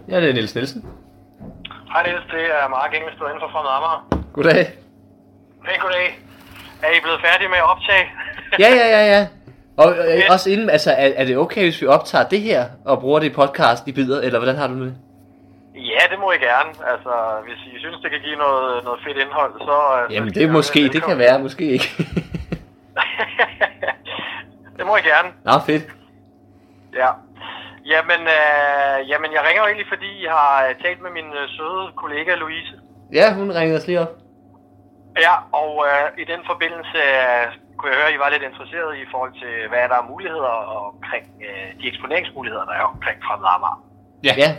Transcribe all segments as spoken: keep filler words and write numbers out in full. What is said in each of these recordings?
Ja, det er Niels Nielsen. Hej Niels, det er Mark Engelsted inden for Fremad Amager. Goddag. Hey, goddag. Er I blevet færdige med at optage? ja, ja, ja, ja. Og øh, også inden, altså, er, er det okay, hvis vi optager det her og bruger det i podcast i bidder, eller hvordan har du det? Ja, det må I gerne. Altså, hvis I synes, det kan give noget, noget fedt indhold, så... Jamen, så det er måske, det, det kan være, måske ikke. det må I gerne. Nå, fedt. Ja. Jamen, øh, jamen, jeg ringer jo egentlig, fordi jeg har talt med min øh, søde kollega Louise. Ja, hun ringede os lige op. Ja, og øh, i den forbindelse øh, kunne jeg høre, at I var lidt interesseret i forhold til, hvad der er muligheder omkring øh, de eksponeringsmuligheder, der er omkring Fremad Amager. Ja. ja.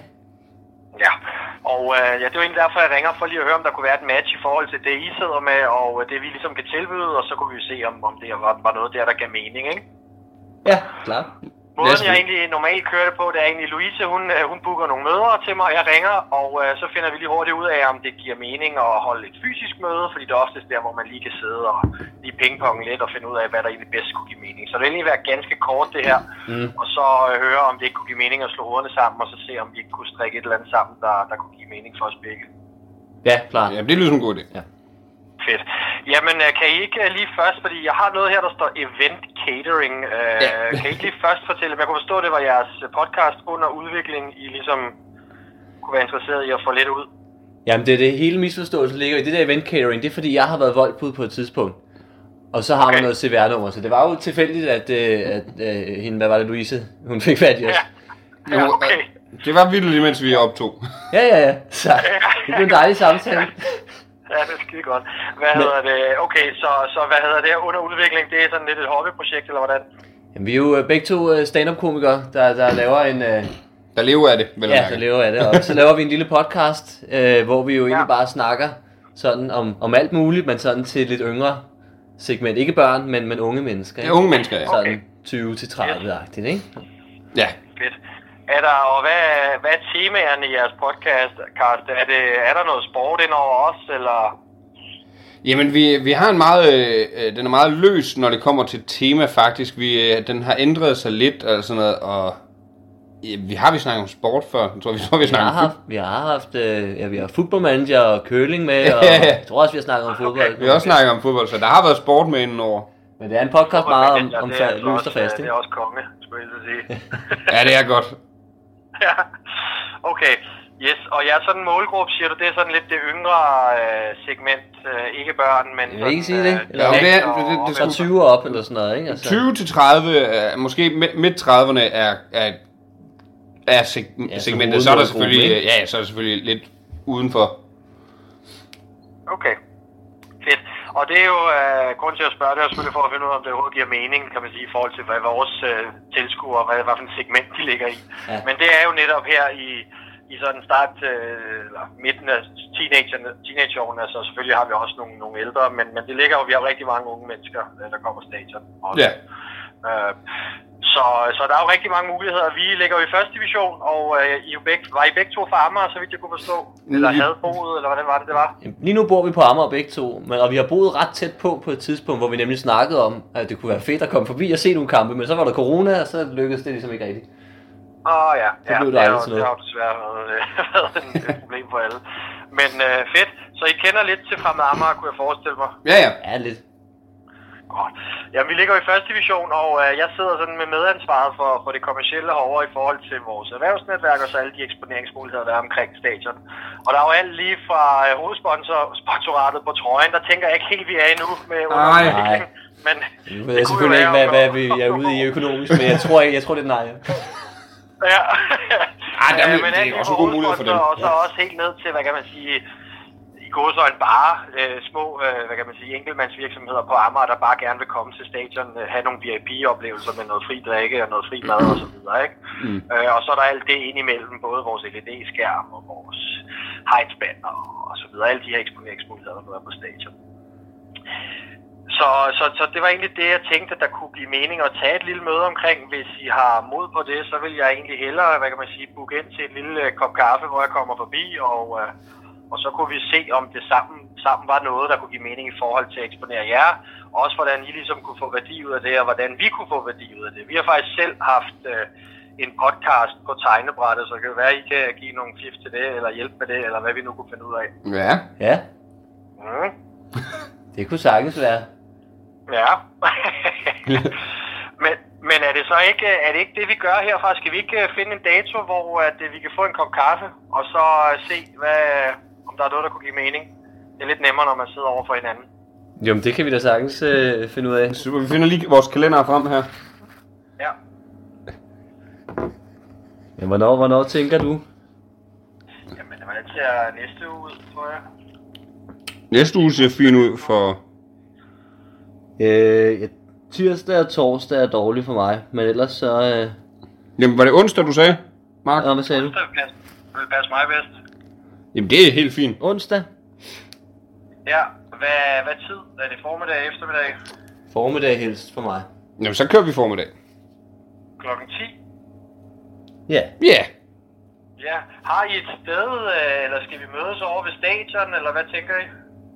Ja, og øh, ja, det er jo egentlig derfor, jeg ringer for lige at høre, om der kunne være et match i forhold til det, I sidder med, og det vi ligesom kan tilbyde, og så kunne vi jo se, om, om det var, var noget der, der gav mening, ikke? Ja, klart. Måden jeg egentlig normalt kører det på, det er egentlig Louise, hun, hun booker nogle møder til mig, og jeg ringer, og øh, så finder vi lige hurtigt ud af, om det giver mening at holde et fysisk møde, fordi det er oftest der, hvor man lige kan sidde og lige pingponge lidt og finde ud af, hvad der egentlig bedst kunne give mening. Så det vil egentlig være ganske kort det her, mm. og så øh, høre, om det ikke kunne give mening at slå hovederne sammen, og så se, om vi ikke kunne strikke et eller andet sammen, der, der kunne give mening for os begge. Ja, klart. Ja, det lyder som en god idé. Ja. Fedt. Jamen, kan I ikke lige først, fordi jeg har noget her, der står event catering. Uh, ja. Kan I ikke lige først fortælle, jeg kunne forstå, det var jeres podcast under udvikling, I ligesom kunne være interesseret i at få lidt ud? Jamen, det er det hele misforståelsen ligger i det der event catering. Det er fordi, jeg har været voldbud på et tidspunkt. Og så har okay. man noget C V R-nummer, så det var jo tilfældigt, at, at, at, at hende, hvad var det, Louise, hun fik fat i os. Ja. Ja, okay. Det var vildt, mens vi optog. Ja, ja, ja. Så det blev en dejlig samtale. Ja, det er skide godt. Hvad Men, hedder det? Okay, så, så hvad hedder det under udvikling? Det er sådan lidt et hobbyprojekt, eller hvordan? Jamen, vi er jo begge to stand-up-komikere, der, der laver en... Uh... Der lever af det, vel? Ja, der lever af det. Og så laver vi en lille podcast, uh, hvor vi jo egentlig ja. bare snakker sådan om, om alt muligt, men sådan til lidt yngre segment. Ikke børn, men, men unge mennesker. Ikke? Ja, unge mennesker, ja. Sådan okay. tyve til tredive-agtigt, ikke? Ja. Fedt. Er der, og hvad, hvad er temaerne i jeres podcast, Karsten? Er, det, er der noget sport ind over os, eller? Jamen, vi, vi har en meget, øh, den er meget løs, når det kommer til tema, faktisk. Vi, øh, den har ændret sig lidt, og sådan noget, og ja, vi har vi snakket om sport før. Jeg tror, vi, tror, vi, vi, har haft, vi har haft, øh, ja, vi har fodboldmanager og curling med, og jeg tror også, vi har snakket om fodbold. Okay. Vi har også snakket om fodbold, så der har været sport med indenover. Men det er en podcast meget om, om løst og fast, ikke? Det er også konge, skulle jeg sige. Ja, det er godt. Ja, okay. Yes, og jeg er sådan en målgruppe, siger du, det er sådan lidt det yngre øh, segment, øh, ikke børn, men jeg vil ikke sige det. Øh, ja, det, er, det, det, det er tyve op eller sådan noget, ikke? Altså. tyve til tredive, øh, måske midt trediverne er, er, er seg- ja, segmentet, så er der selvfølgelig, gruppe, ja, så er der selvfølgelig lidt udenfor. Okay, fedt. Og det er jo, øh, grund til at spørge, det er selvfølgelig for at finde ud af, om det overhovedet giver mening, kan man sige, i forhold til, hvad vores øh, tilskuere, hvad, hvad for en segment de ligger i. Ja. Men det er jo netop her i, i sådan start, øh, eller midten af teenageårene, teenageårene, altså selvfølgelig har vi også nogle, nogle ældre, men, men det ligger jo, vi har rigtig mange unge mennesker, der kommer stadion også. Ja. Øh, så, så der er jo rigtig mange muligheder. Vi ligger jo i første division, og øh, I jo begge, var I begge to fra Amager, så vidt jeg kunne forstå? Eller havde boet, eller hvordan var det, det var? Lige nu bor vi på Amager begge to, men, og vi har boet ret tæt på på et tidspunkt, hvor vi nemlig snakkede om, at det kunne være fedt at komme forbi og se nogle kampe, men så var der corona, og så lykkedes det ligesom ikke rigtigt. Åh oh, ja, det, ja, det, det, er jo, det har jo desværre været en, et problem for alle. Men øh, fedt, så I kender lidt til Fremad Amager, kunne jeg forestille mig? Ja, ja. Ja, lidt. Godt. Jamen, vi ligger i første division, og øh, jeg sidder sådan med medansvaret for, for det kommercielle herovre i forhold til vores erhvervsnetværk og så alle de eksponeringsmuligheder, der er omkring stadion. Og der er jo alt lige fra øh, hovedsponsoratet på trøjen, der tænker jeg ikke helt, vi er endnu med underudvikling. Men nu ved jeg selvfølgelig ikke, hvad, hvad vi er ude i økonomisk, men jeg tror, jeg, jeg tror det er nej. Ja. Ej, der er, øh, men det er også en god mulighed for dem. Og så også helt ned til, hvad kan man sige, i gåseøjne bare øh, små, øh, hvad kan man sige, enkeltmandsvirksomheder på Amager, der bare gerne vil komme til stadion, øh, have nogle V I P-oplevelser med noget fri drikke og noget fri mad og så videre, ikke? Mm. Øh, og så er der alt det indimellem, både vores L E D-skærm og vores hegnspand og, og så videre, alle de her eksponeringsmuligheder, der er på stadion. Så, så, så det var egentlig det, jeg tænkte, at der kunne blive mening at tage et lille møde omkring. Hvis I har mod på det, så vil jeg egentlig hellere, hvad kan man sige, booke ind til en lille kop kaffe, hvor jeg kommer forbi, og, og så kunne vi se, om det sammen, sammen var noget, der kunne give mening i forhold til at eksponere jer. Også hvordan I ligesom kunne få værdi ud af det, og hvordan vi kunne få værdi ud af det. Vi har faktisk selv haft øh, en podcast på tegnebrættet, så kan det være, at I kan give nogle fif til det, eller hjælpe med det, eller hvad vi nu kunne finde ud af. Ja. Ja. Mm. Det kunne sagtens være. Ja. men, men er det så ikke, er det ikke det, vi gør herfra? Skal vi ikke finde en dato, hvor at vi kan få en kop kaffe, og så se, hvad, om der er noget, der kunne give mening? Det er lidt nemmere, når man sidder over for hinanden. Jo, men det kan vi da sagtens øh, finde ud af. Super, vi finder lige vores kalender frem her. Ja. Men hvornår, hvornår tænker du? Jamen, det ser næste uge ud, tror jeg. Næste uge ser fin ud for... Øh, ja, tirsdag og torsdag er dårligt for mig, men ellers så... Øh... Jamen, var det onsdag, du sagde, Mark? Nå, hvad sagde du? Onsdag vil passe mig bedst. Jamen, det er helt fint. Onsdag? Ja, hvad, hvad tid? Er det formiddag, eftermiddag? Formiddag helst for mig. Jamen, så kører vi formiddag. Klokken ti? Ja. Ja. Yeah. Ja. Har I et sted, eller skal vi mødes over ved stadion, eller hvad tænker I?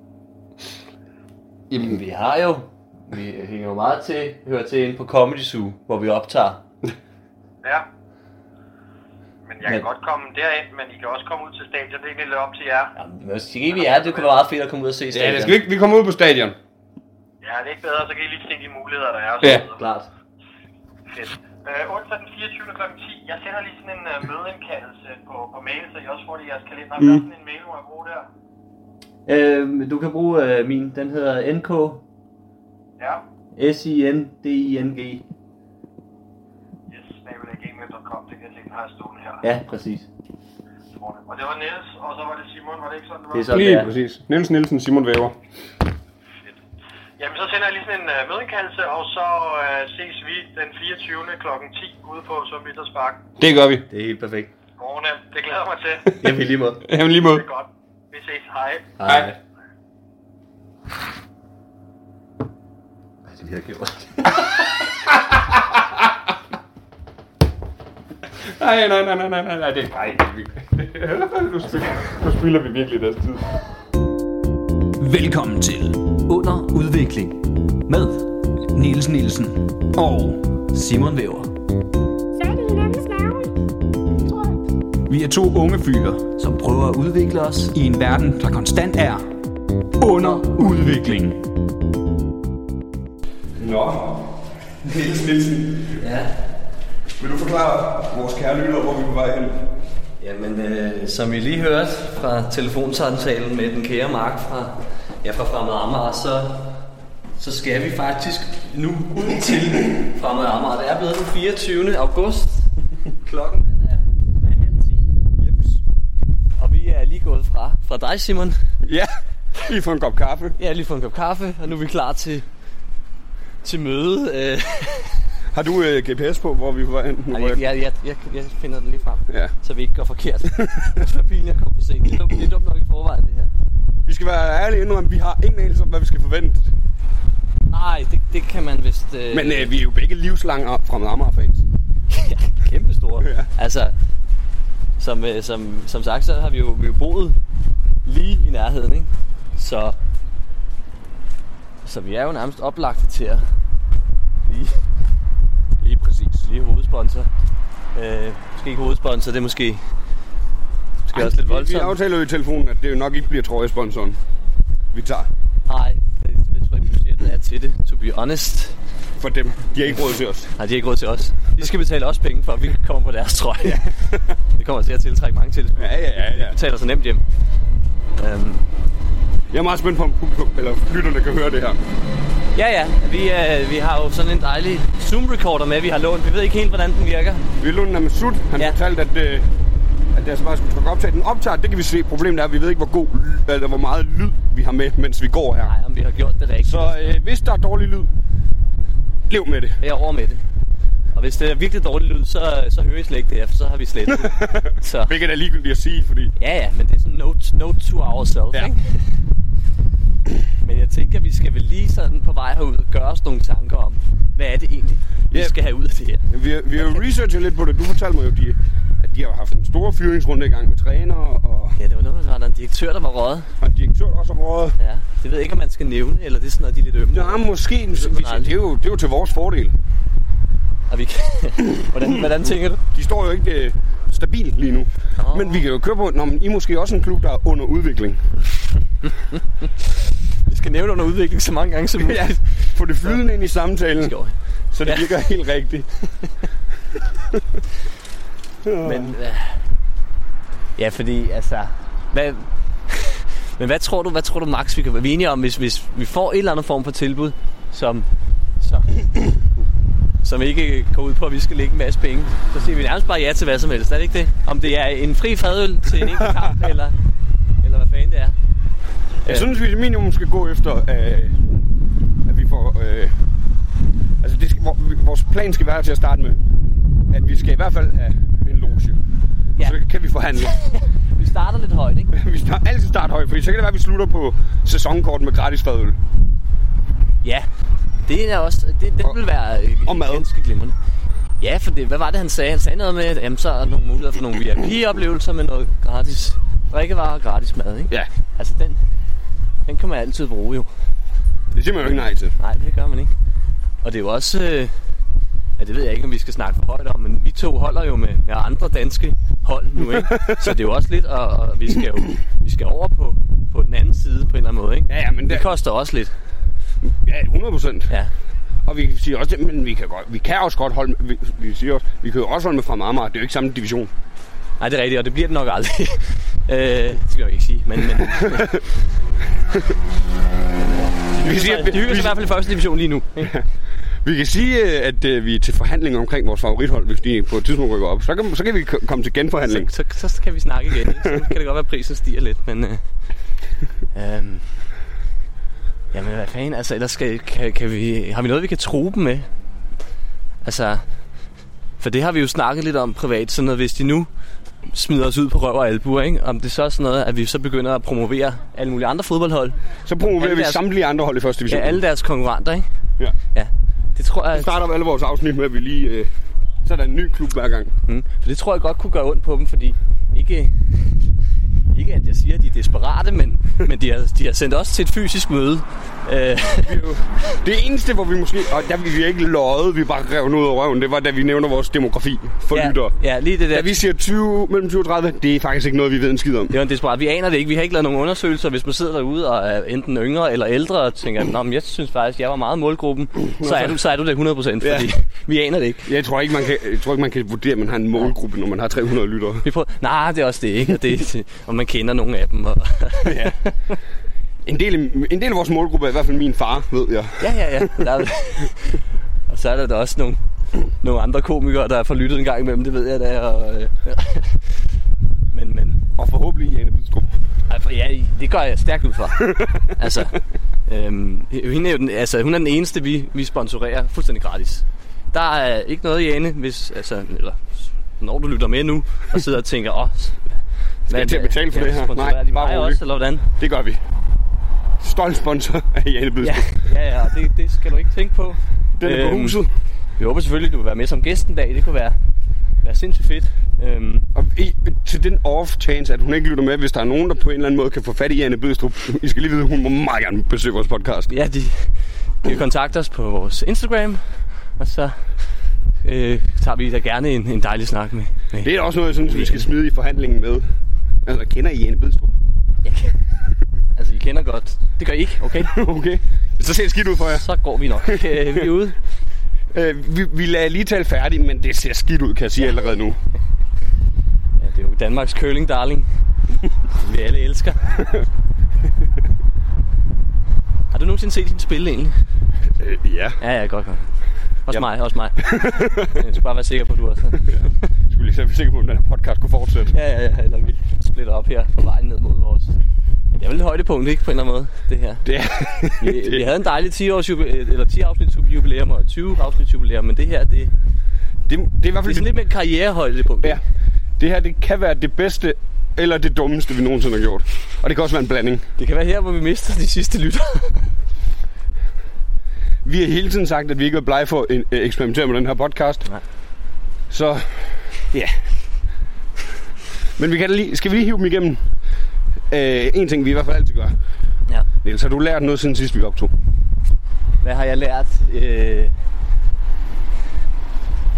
Jamen, vi har jo... Vi hænger jo meget til, hører til inde på Comedy Zoo, hvor vi optager. Ja. Men jeg kan men... godt komme derind, men I kan også komme ud til stadion. Det er egentlig lidt op til jer. Jamen, hvis ikke vi er, det kunne være meget fedt at komme ud og se stadion. Ja, det skal vi ikke. Vi kommer ud på stadion. Ja, det er ikke bedre, så kan I lige se de muligheder, der er. Ja, klart. Fedt. Øh, onsdag den fireogtyvende klokken ti. Jeg sender lige sådan en uh, mødeindkaldelse på, på mail, så I også får det i jeres kalender. Mm. Hvad er sådan en mail, må jeg bruge der? Øh, du kan bruge øh, min. Den hedder N K. Ja. S I N D I N G. Yes, snabel-a gmail punktum com. Det kan jeg se, den har jeg stående her. Ja, præcis. Og det var Niels, og så var det Simon. Var det ikke sådan, det var? Det er sådan, lige det er. Præcis. Niels Nielsen, Simon Væver. Jamen, så sender jeg lige sådan en uh, mødeindkaldelse, og så uh, ses vi den fireogtyvende klokken ti ude på Sundbyderspark. Det gør vi. Det er helt perfekt. Godmorgen, det glæder mig til. Jamen, i lige måde. Jamen, lige måde. Det er godt. Vi ses. Hej. Hej. Hej. Hvad er det, vi har gjort? nej, nej, nej, nej, nej, nej, nej, det er nej, nu, spiller, nu spiller vi virkelig deres tid. Velkommen til Under Udvikling med Niels Nielsen og Simon Væver. Så er det hinandens navn, tror jeg. Vi er to unge fyre, som prøver at udvikle os i en verden, der konstant er under udvikling. Nå, Niels Nielsen. Ja. Vil du forklare vores kære lyttere, hvor vi er på vej hen? Jamen, øh, som I lige hørte fra telefonsamtalen med den kære Mark fra, ja, fra Fremad Amager, så, så skal vi faktisk nu ud til Fremad Amager. Det er blevet den fireogtyvende august. Klokken den er, den er halv ti. Jeps. Og vi er lige gået fra, fra dig, Simon. Ja, lige for en kop kaffe. Ja, lige for en kop kaffe, og nu er vi klar til, til møde. Øh. Har du øh, G P S på, hvor vi er på vej hen? Nej, jeg, jeg, jeg, jeg, jeg finder den lige frem, ja. Så vi ikke går forkert. Det er bilen, jeg kommer for sent. Det er dumt, det er dumt nok i forvejen, det her. Vi skal være ærlige indrømme, vi har ingen anelse om, hvad vi skal forvente. Nej, det, det kan man vist... Øh... Men øh, vi er jo begge livslange Fremad Amager-fans. Ja, kæmpe store. Ja. Altså, som, øh, som, som sagt, så har vi jo, vi jo boet lige i nærheden, ikke? Så, så vi er jo nærmest oplagte til at blive... Lige præcis. Lige hovedsponsor. Øh, måske ikke hovedsponsor, det er måske... Måske Ej, også lidt voldsomt. Vi aftaler jo i telefonen, at det jo nok ikke bliver trøjesponsoren, vi tager. Nej, det, det tror jeg ikke, budgettet er til det, to be honest. For dem. De har ikke råd til os. Nej, de har ikke råd til os. De skal betale os penge for, at vi kommer på deres trøje. Ja. Det kommer til at tiltrække mange tilskuere. Ja, ja, ja, ja. Vi betaler så nemt hjem. Um, Jeg er meget spændt på, om publikum, eller lytterne kan høre det her. Ja, ja. Vi, øh, vi har jo sådan en dejlig Zoom-recorder med, vi har lånt. Vi ved ikke helt, hvordan den virker. Vi har lånt den af Masud. Han ja. fortalte, at, øh, at jeg så bare skulle trykke optag. Den optager, det kan vi se. Problemet er, at vi ved ikke, hvor god eller hvor meget lyd vi har med, mens vi går her. Nej, om vi har gjort det rigtigt. Så øh, hvis der er dårlig lyd, lev med det. Jeg er over med det. Og hvis det er virkelig dårlig lyd, så, så hører I slet ikke det her, for så har vi slettet det. Så. Hvilket er ligegyldigt at sige, fordi... Ja, ja, men det er sådan note, note to ourselves, ja. Ikke? Men jeg tænker, at vi skal vel lige sådan på vej herud og gøre os nogle tanker om, hvad er det egentlig, vi yeah. skal have ud af det her. Vi har, vi har jo researchet lidt på det. Du fortalte mig jo, de, at de har haft en stor fyringsrunde i gang med trænere og... Ja, det var noget, der var en direktør, der var røget. Og en direktør, der også var røget. Ja, det ved jeg ikke, om man skal nævne, eller det er sådan noget, de er lidt ømme. Ja, måske. Det, det, er jo, det er jo til vores fordel. Og vi kan... hvordan, hvordan tænker du? De står jo ikke øh, stabilt lige nu. Oh. Men vi kan jo køre på, når I er måske også en klub, der er under udvikling. Vi skal nævne under udvikling så mange gange som muligt. Ja, få det flydende ind i samtalen, så det ja. virker helt rigtigt. Men, øh, ja, fordi, altså... Hvad, men hvad tror du, hvad tror du max, vi kan være enige om, hvis, hvis vi får et eller andet form for tilbud, som, som, som ikke går ud på, at vi skal lægge en masse penge? Så siger vi nærmest bare ja til hvad som helst, er det ikke det? Om det er en fri fadøl til en enkelt kamp, eller, eller hvad fanden det er. Jeg synes, vi minimum skal gå efter, øh, at vi får... Øh, altså, det skal, vores plan skal være til at starte med, at vi skal i hvert fald have en loge. Ja. Så kan vi forhandle. Vi starter lidt højt, ikke? Vi starter altid start højt, for så kan det være, at vi slutter på sæsonkort med gratis fadøl. Ja, det er også... Det, det vil være og mad. Ganske glimrende. Ja, for det, hvad var det, han sagde? Han sagde noget med, at jamen, så er der nogle muligheder for nogle V I P-oplevelser med noget gratis drikkevarer og gratis mad, ikke? Ja. Altså, den, den kan man altid bruge, jo. Det siger man jo ikke nej til. Nej, det gør man ikke. Og det er jo også... Øh, ja, det ved jeg ikke, om vi skal snakke for højt om, men vi to holder jo med, med andre danske hold nu, ikke? Så det er jo også lidt, og, og vi skal jo vi skal over på, på den anden side på en eller anden måde, ikke? Ja, ja, men det, det koster også lidt. Ja, hundrede procent. Ja. Og vi siger også, men vi kan, godt, vi kan også godt holde, vi, vi siger også, vi kan jo også holde med Fremad Amager, det er jo ikke samme division. Nej, det er rigtigt, og det bliver det nok aldrig. øh, det skal jeg jo ikke sige, men... men vi siger, det hygger sig i hvert fald i første division lige nu, ikke? Vi kan sige, at uh, vi er til forhandling omkring vores favorithold, hvis de på et tidspunkt rykker op. Så kan, så kan vi k- komme til genforhandling. Så, så, så kan vi snakke igen. Ikke? Så kan det godt være, at prisen stiger lidt, men... Uh, um, jamen, hvad fanden? Altså, ellers skal, kan, kan vi, har vi noget, vi kan true dem med? Altså... For det har vi jo snakket lidt om privat, sådan noget, hvis de nu smider os ud på røv og albuer, ikke? Om det så er sådan noget, at vi så begynder at promovere alle mulige andre fodboldhold. Så promoverer alle vi deres, samtlige andre hold i første division. Ja, alle deres konkurrenter, ikke? Ja. Ja. Det tror jeg... Vi starter op alle vores afsnit med, at vi lige... Øh, så er der en ny klub hver gang. Mm. For det tror jeg godt kunne gøre ondt på dem, fordi ikke... Ikke at jeg siger, at de er desperate, men, men de, har, de har sendt os til et fysisk møde. Øh. Det eneste, hvor vi måske... Og der vi ikke løjet, vi bare rev ud af røven, det var, da vi nævner vores demografi for ja, lyttere. Ja, lige det der. Da vi siger tyve, mellem tyve og tredive, det er faktisk ikke noget, vi ved en skid om. Det er en desperat. Vi aner det ikke. Vi har ikke lavet nogen undersøgelser. Hvis man sidder derude og er enten yngre eller ældre og tænker, nå, men jeg synes faktisk, jeg var meget målgruppen, så er du, så er du det hundrede procent, fordi ja. Vi aner det ikke. Jeg tror ikke, man kan, jeg tror ikke, man kan vurdere, at man har en målgruppe, når man har tre hundrede lyttere. Vi prøver... Nej, det er også det, ikke? Og, det, og man kender nogle af dem. Og ja. En del, en del af vores målgruppe er i hvert fald min far, ved jeg. Ja, ja, ja. Der er... Og så er der da også nogle, nogle andre komikere, der er forlyttet en gang imellem, det ved jeg da. Og, øh... men, men... og forhåbentlig Jane Bidstrup. Ja, det gør jeg stærkt ud fra. altså, øhm, hende er jo den, altså, hun er den eneste, vi, vi sponsorerer fuldstændig gratis. Der er ikke noget, Jane, hvis, altså, eller, når du lytter med nu og sidder og tænker, åh, skal jeg til at betale for ja, det her? Nej, de bare også, eller hvordan? Det gør vi. Stolt sponsor af Jane Bidstrup. Ja, ja, ja, det, det skal du ikke tænke på. Den er på huset. Vi håber selvfølgelig, du vil være med som gæst en dag. Det kunne være, være sindssygt fedt. Øhm. Og i, til den off chance, at hun ikke lytter med, hvis der er nogen, der på en eller anden måde kan få fat i Jane Bidstrup. I skal lige vide, hun må meget gerne besøge vores podcast. Ja, de, de kan kontakte os på vores Instagram, og så øh, tager vi da gerne en, en dejlig snak med, med. Det er også noget, jeg synes, vi skal smide i forhandlingen med. Altså, kender I Jane Bidstrup? Jeg kender. Altså, I kender godt. Det gør I ikke, okay? Okay. Så ser det skidt ud for jer. Så går vi nok. Øh, vi er ude. Øh, vi, vi lader lige tale færdigt, men det ser skidt ud, kan jeg sige ja. allerede nu. Ja, det er jo Danmarks curling, darling. Vi alle elsker. Har du nogensinde set hende spille egentlig? Øh, ja. Ja, ja, godt, godt. Også Jamen. mig, også mig. Jeg skal bare være sikker på, at du også. Jeg skulle lige være sikker på, at den her podcast kunne fortsætte. Ja, ja, ja. Eller vi splitter op her på vejen ned mod vores... Ja, det er vel et højdepunkt, ikke? På en eller anden måde, det her. Det er... vi, det. vi havde en dejlig ti års jubilæum, eller ti afsnits jubilæum og tyve afsnits jubilæum, men det her, det... Det, det er i hvert fald... Det er sådan lidt med karrierehøjdepunkt. Ja. Det her, det kan være det bedste eller det dummeste, vi nogensinde har gjort. Og det kan også være en blanding. Det kan være her, hvor vi mister de sidste lytter. Vi har hele tiden sagt, at vi ikke er blege for at eksperimentere med den her podcast. Nej. Så, ja. Men vi kan da lige, skal vi lige hive dem igennem? Øh, en ting, vi i hvert fald altid gør. Ja. Niels, har du lært noget siden sidst, vi optog? Hvad har jeg lært? Øh...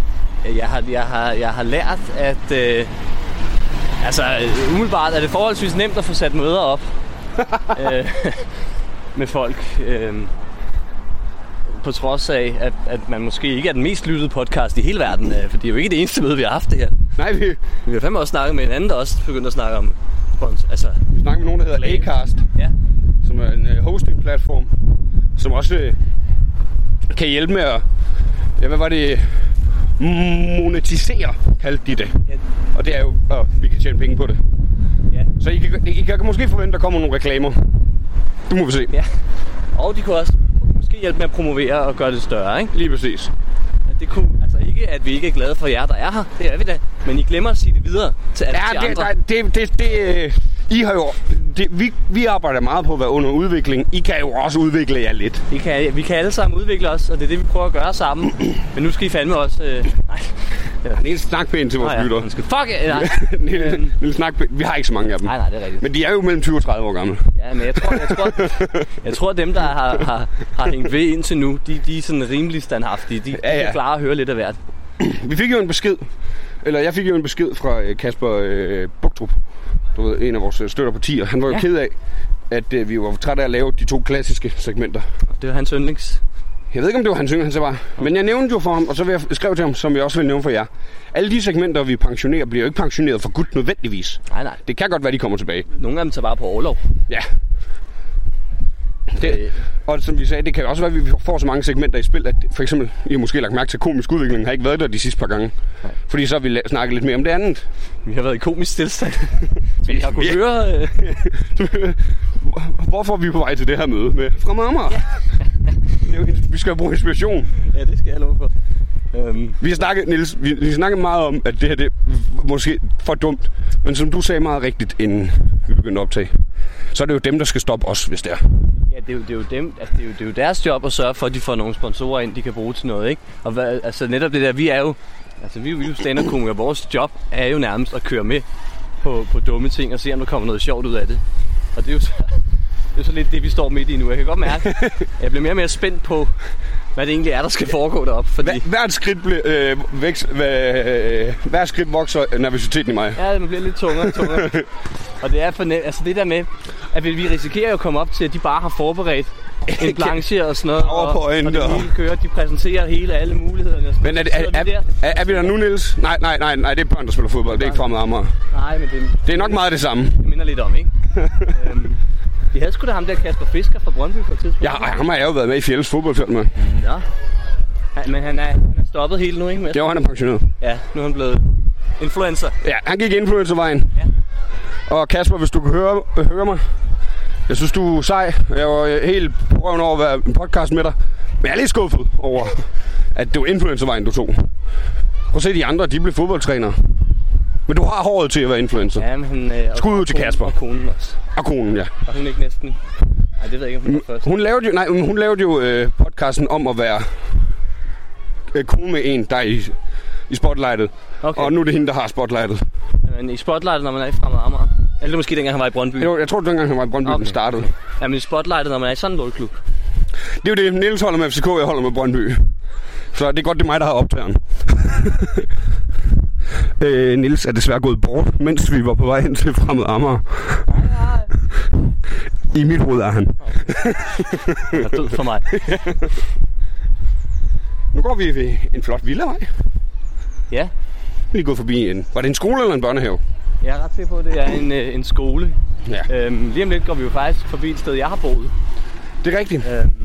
Jeg har, jeg har, jeg har lært, at øh, altså, umiddelbart er det forholdsvis nemt at få sat møder op øh, med folk. Øh, på trods af, at, at man måske ikke er den mest lyttede podcast i hele verden. Øh, for det er jo ikke det eneste møde, vi har haft det her. Nej, vi... Vi har fandme også snakket med en anden, der også begyndte at snakke om... Altså, vi snakker med nogen, der hedder Acast. Ja. Som er en uh, hosting-platform. Som også uh, kan hjælpe med at... Ja, hvad var det? Monetisere, kaldte de det. Ja. Og det er jo, at vi kan tjene penge på det. Ja. Så I kan, I kan måske forvente, at der kommer nogle reklamer. Det må vi se. Ja. Og de kunne også måske hjælpe med at promovere og gøre det større, ikke? Lige præcis. Det kunne altså ikke, at vi ikke er glade for jer, der er her. Det er vi da. Men I glemmer at sige det videre til alle ja, de det, andre. Det, det, det, I har jo... Det, vi, vi arbejder meget på at være under udvikling. I kan jo også udvikle jer lidt. Vi kan, vi kan alle sammen udvikle os, og det er det, vi prøver at gøre sammen. Men nu skal I fandme også... Øh, nej. Ja. Niels, snak pænt til vores ja, lytter. Skal, fuck it! Nej. Niels, Niels, snak pænt. Vi har ikke så mange af dem. Nej, nej, det er rigtigt. Men de er jo mellem tyve og tredive år gamle. Ja, men jeg tror, jeg tror, jeg tror dem, der har, har, har hængt ved indtil nu, de, de er sådan rimelig standhaftige. De, ja, ja. de kan klare at høre lidt af hvert. Vi fik jo en besked, eller jeg fik jo en besked fra Kasper øh, Bugtrup, du ved, en af vores støtter partier. Han var jo ja. ked af, at øh, vi var trætte af at lave de to klassiske segmenter. Det var hans yndlings. Jeg ved ikke, om det var hans yndlings, han var. Men jeg nævnte jo for ham, og så vil jeg skrive til ham, som jeg også vil nævne for jer. Alle de segmenter, vi pensionerer, bliver jo ikke pensioneret for Gud nødvendigvis. Nej, nej. Det kan godt være, de kommer tilbage. Nogle af dem tager bare på orlov. Ja. Det, og som vi sagde, det kan også være, at vi får så mange segmenter i spil, at for eksempel, I har måske lagt mærke til, at komisk udvikling har ikke været der de sidste par gange. Nej. Fordi så har vi snakket lidt mere om det andet. Vi har været i komisk tilstand. Vi har kunnet høre... Øh... Hvorfor er vi på vej til det her møde med fra Amager? Ja. Vi skal bruge inspiration. Ja, det skal jeg love for. Um... Vi har snakket, Niels, vi, vi har snakket meget om, at det her det er måske for dumt. Men som du sagde meget rigtigt, inden vi begyndte at optage, så er det jo dem, der skal stoppe os, hvis det er. Ja, det er jo, det er jo dem, altså det er jo, det er jo deres job at sørge for, at de får nogle sponsorer ind, de kan bruge til noget, ikke? Og hvad, altså netop det der, vi er jo, altså vi er jo stand-up-komikere, vores job er jo nærmest at køre med på, på dumme ting og se, om der kommer noget sjovt ud af det. Og det er jo så, det er så lidt det, vi står midt i nu. Jeg kan godt mærke, at jeg bliver mere og mere spændt på, hvad det egentlig er, der skal foregå deroppe. Fordi... Hver, hvert, skridt ble, øh, vækst, øh, hvert skridt vokser nervøsiteten i mig. Ja, det bliver lidt tungere og tungere. Og det er for ne- altså det der med, at vi risikerer jo at komme op til, at de bare har forberedt en planche og sådan noget. Og, og det hele kører, de præsenterer hele alle mulighederne. Og men er, er, er, er, er, er vi der nu, Niels? Nej, nej, nej, nej, det er børn, der spiller fodbold. Det er ikke Fremad Amager. Nej, men det... Det er nok meget det samme. Det minder lidt om, ikke? øhm, de havde sgu da ham der Kasper Fisker fra Brøndby på et tidspunkt. Ja, ham har jeg jo været med i Fjælles fodboldfelt med. Ja. Han, men han er, han er stoppet helt nu, ikke? Med? Jo, han er pensioneret. Ja, nu er han blevet influencer. Ja, han gik influencervejen. Ja. Og Kasper, hvis du kan høre, høre mig, jeg synes, du er sej. Jeg var helt prøven over at være en podcast med dig. Men jeg er lidt skuffet over, at det var influencervejen, du tog. Prøv at se, de andre, de blev fodboldtrænere. Men du har håret til at være influencer. Ja, men han... Øh, Skud ud til Kasper. Og konen også. Og konen, ja. Var hun ikke næsten... Nej, det ved jeg ikke, om hun var først. Hun lavede jo, nej, hun lavede jo øh, podcasten om at være øh, kone med en, der er i, i spotlightet. Okay. Og nu er det hende, der har spotlightet. Men i spotlightet, når man er i Fremad Amager? Eller måske dengang han var i Brøndby? Jo, jeg tror, det dengang han var i Brøndby, okay. Den startede. Ja, men i spotlightet, når man er i sådan en lortklub? Det er jo det, Niels holder med F C K, jeg holder med Brøndby. Så det er godt, det er mig, der har optageren. øh, Niels er desværre gået bort, mens vi var på vej hen til Fremad Amager. I mit hoved er han. Han er død for mig. Nu går vi ved en flot villavej. Ja. Vi er gået forbi en... Var det en skole eller en børnehave? Jeg er ret sikker på, at det er en, en skole. Ja. Øhm, lige om lidt går vi jo faktisk forbi et sted, jeg har boet. Det er rigtigt. Øhm,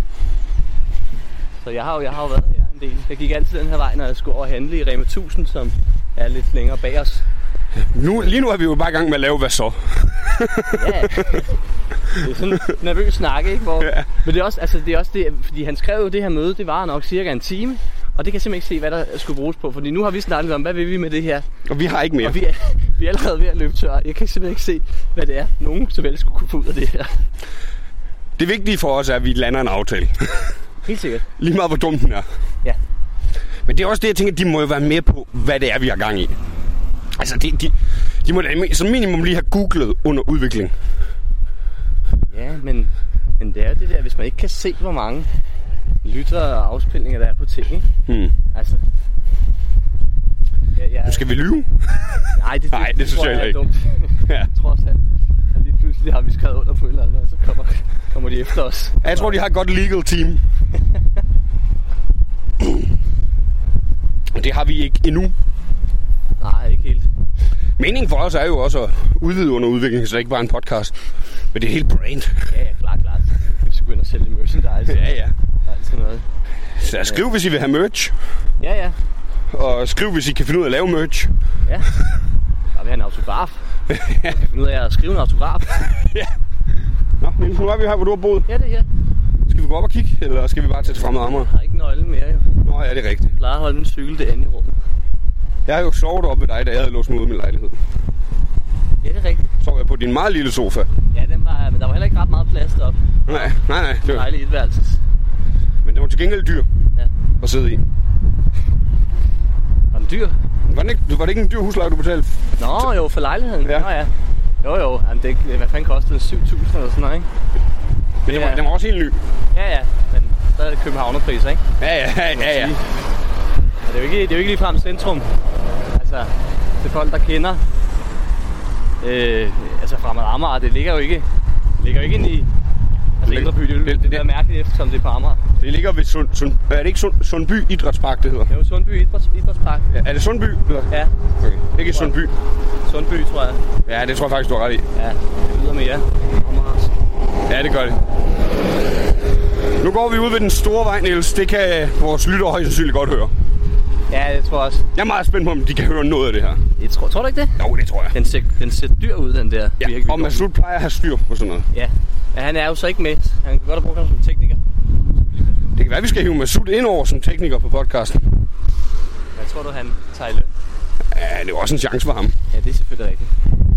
så jeg har, jo, jeg har jo været her en del. Jeg gik altid den her vej, når jeg skulle over handle i Rema tusind, som er lidt længere bag os. Nu, lige nu er vi jo bare i gang med at lave hvad så. Ja. Det er sådan en nervøs snak, ikke? Hvor, ja. Men det er også, altså det er også det, fordi han skrev jo det her møde, det var nok cirka en time. Og det kan jeg simpelthen ikke se, hvad der skulle bruges på. Fordi nu har vi snakket om, hvad vil vi med det her? Og vi har ikke mere. Og vi er, vi er allerede ved at løbe tør. Jeg kan simpelthen ikke se, hvad det er, nogen så vel skulle kunne få ud af det her. Det vigtige for os er, at vi lander en aftale. Helt sikkert. Lige meget, hvor dum den er. Ja. Men det er også det, jeg tænker, de må jo være med på, hvad det er, vi har gang i. Altså, de, de, de må da som minimum lige have googlet under udvikling. Ja, men, men det er det der, hvis man ikke kan se, hvor mange lyttere og afspilninger der er på ting, ikke? Hmm. Altså, Ja, ja. Nu skal vi lyve. Nej, det, Nej, det, det synes tror jeg jeg ikke. er dumt. Ja. Jeg tror også, at, at lige pludselig har vi skrevet under på et eller andet, og så kommer, kommer de efter os. Ja, jeg tror, de har et godt legal team. Det har vi ikke endnu. Nej, ikke helt. Meningen for os er jo også at udvide under udviklingen, så det ikke bare er en podcast. Men det er helt brand. Ja, ja, klart, klart. Hvis vi går ind og sælge merchandise. Ja, ja. Og alt sådan noget. Så skriv, hvis I vil have merch. Ja, ja. Og skriv, hvis I kan finde ud af at lave merch. Ja. Bare vil have en autograf. Jeg kan finde ud af at skrive en autograf. Ja. Nå, Niels, nu er vi her, hvor du har boet. Ja, det er her. Skal vi gå op og kigge, eller skal vi bare tage til Fremad Amager? Jeg har ikke nøglen mere, jo. Nå, ja, det er rigtigt. Jeg plejer at holde min cykel derinde i rummet. Jeg har jo sovet oppe ved dig, da jeg havde låst mig ude i min lejlighed. Ja, det er rigtigt. Så sov jeg på din meget lille sofa. Ja, den var, men der var heller ikke ret meget plads deroppe. Nej, nej, nej. Det Det var var, dejligt etværelses. men det var til gengæld dyr Ja. at sidde i. Var den dyr? Var det ikke, var det ikke en dyr husleje, du betalte? Nå, jo, for lejligheden. Ja. Nå ja. Jo, jo. Jamen, det, hvad fanden kostede den? syv tusind eller sådan noget, ikke? Men den var, Ja. den var også helt ny. Ja, ja. Men stadig er det københavnerpriser, ikke? Ja, ja, ja, ja. ja. Og det er jo ikke, det er jo ikke ligefrem centrum. Altså, til folk, der kender øh, altså Fremad Amager, det ligger jo ikke, det ligger jo ikke inde i altså Indre By. Det, det, det, det er mærkeligt, eftersom det er på Amager. Det ligger ved Sund, Sund, er det ikke Sund, Sundby Idrætspark, det hedder? Det er jo Sundby Idræts, Idrætspark. Ja, er det Sundby? Eller? Ja, Okay. Ikke Sundby. Sundby, tror jeg. Ja, det tror jeg faktisk, du har ret i. Ja, det lyder mere. Amager. Ja, det gør det. Nu går vi ud ved den store vej, Niels. Det kan vores lyttere højst sandsynligt godt høre. Ja, det tror jeg også. Jeg er meget spændt på, om de kan høre noget af det her. Jeg tror, tror du ikke det? Jo, det tror jeg. Den ser, den ser dyr ud, den der. Ja, virkelig og Masud plejer at have styr på sådan noget. Ja. Ja, han er jo så ikke med. Han kan godt have brugt ham som tekniker. Det kan være, vi skal hive Masud ind over som tekniker på podcasten. Jeg tror du, han tager i løn? Ja, det er jo også en chance for ham. Ja, det er selvfølgelig rigtigt.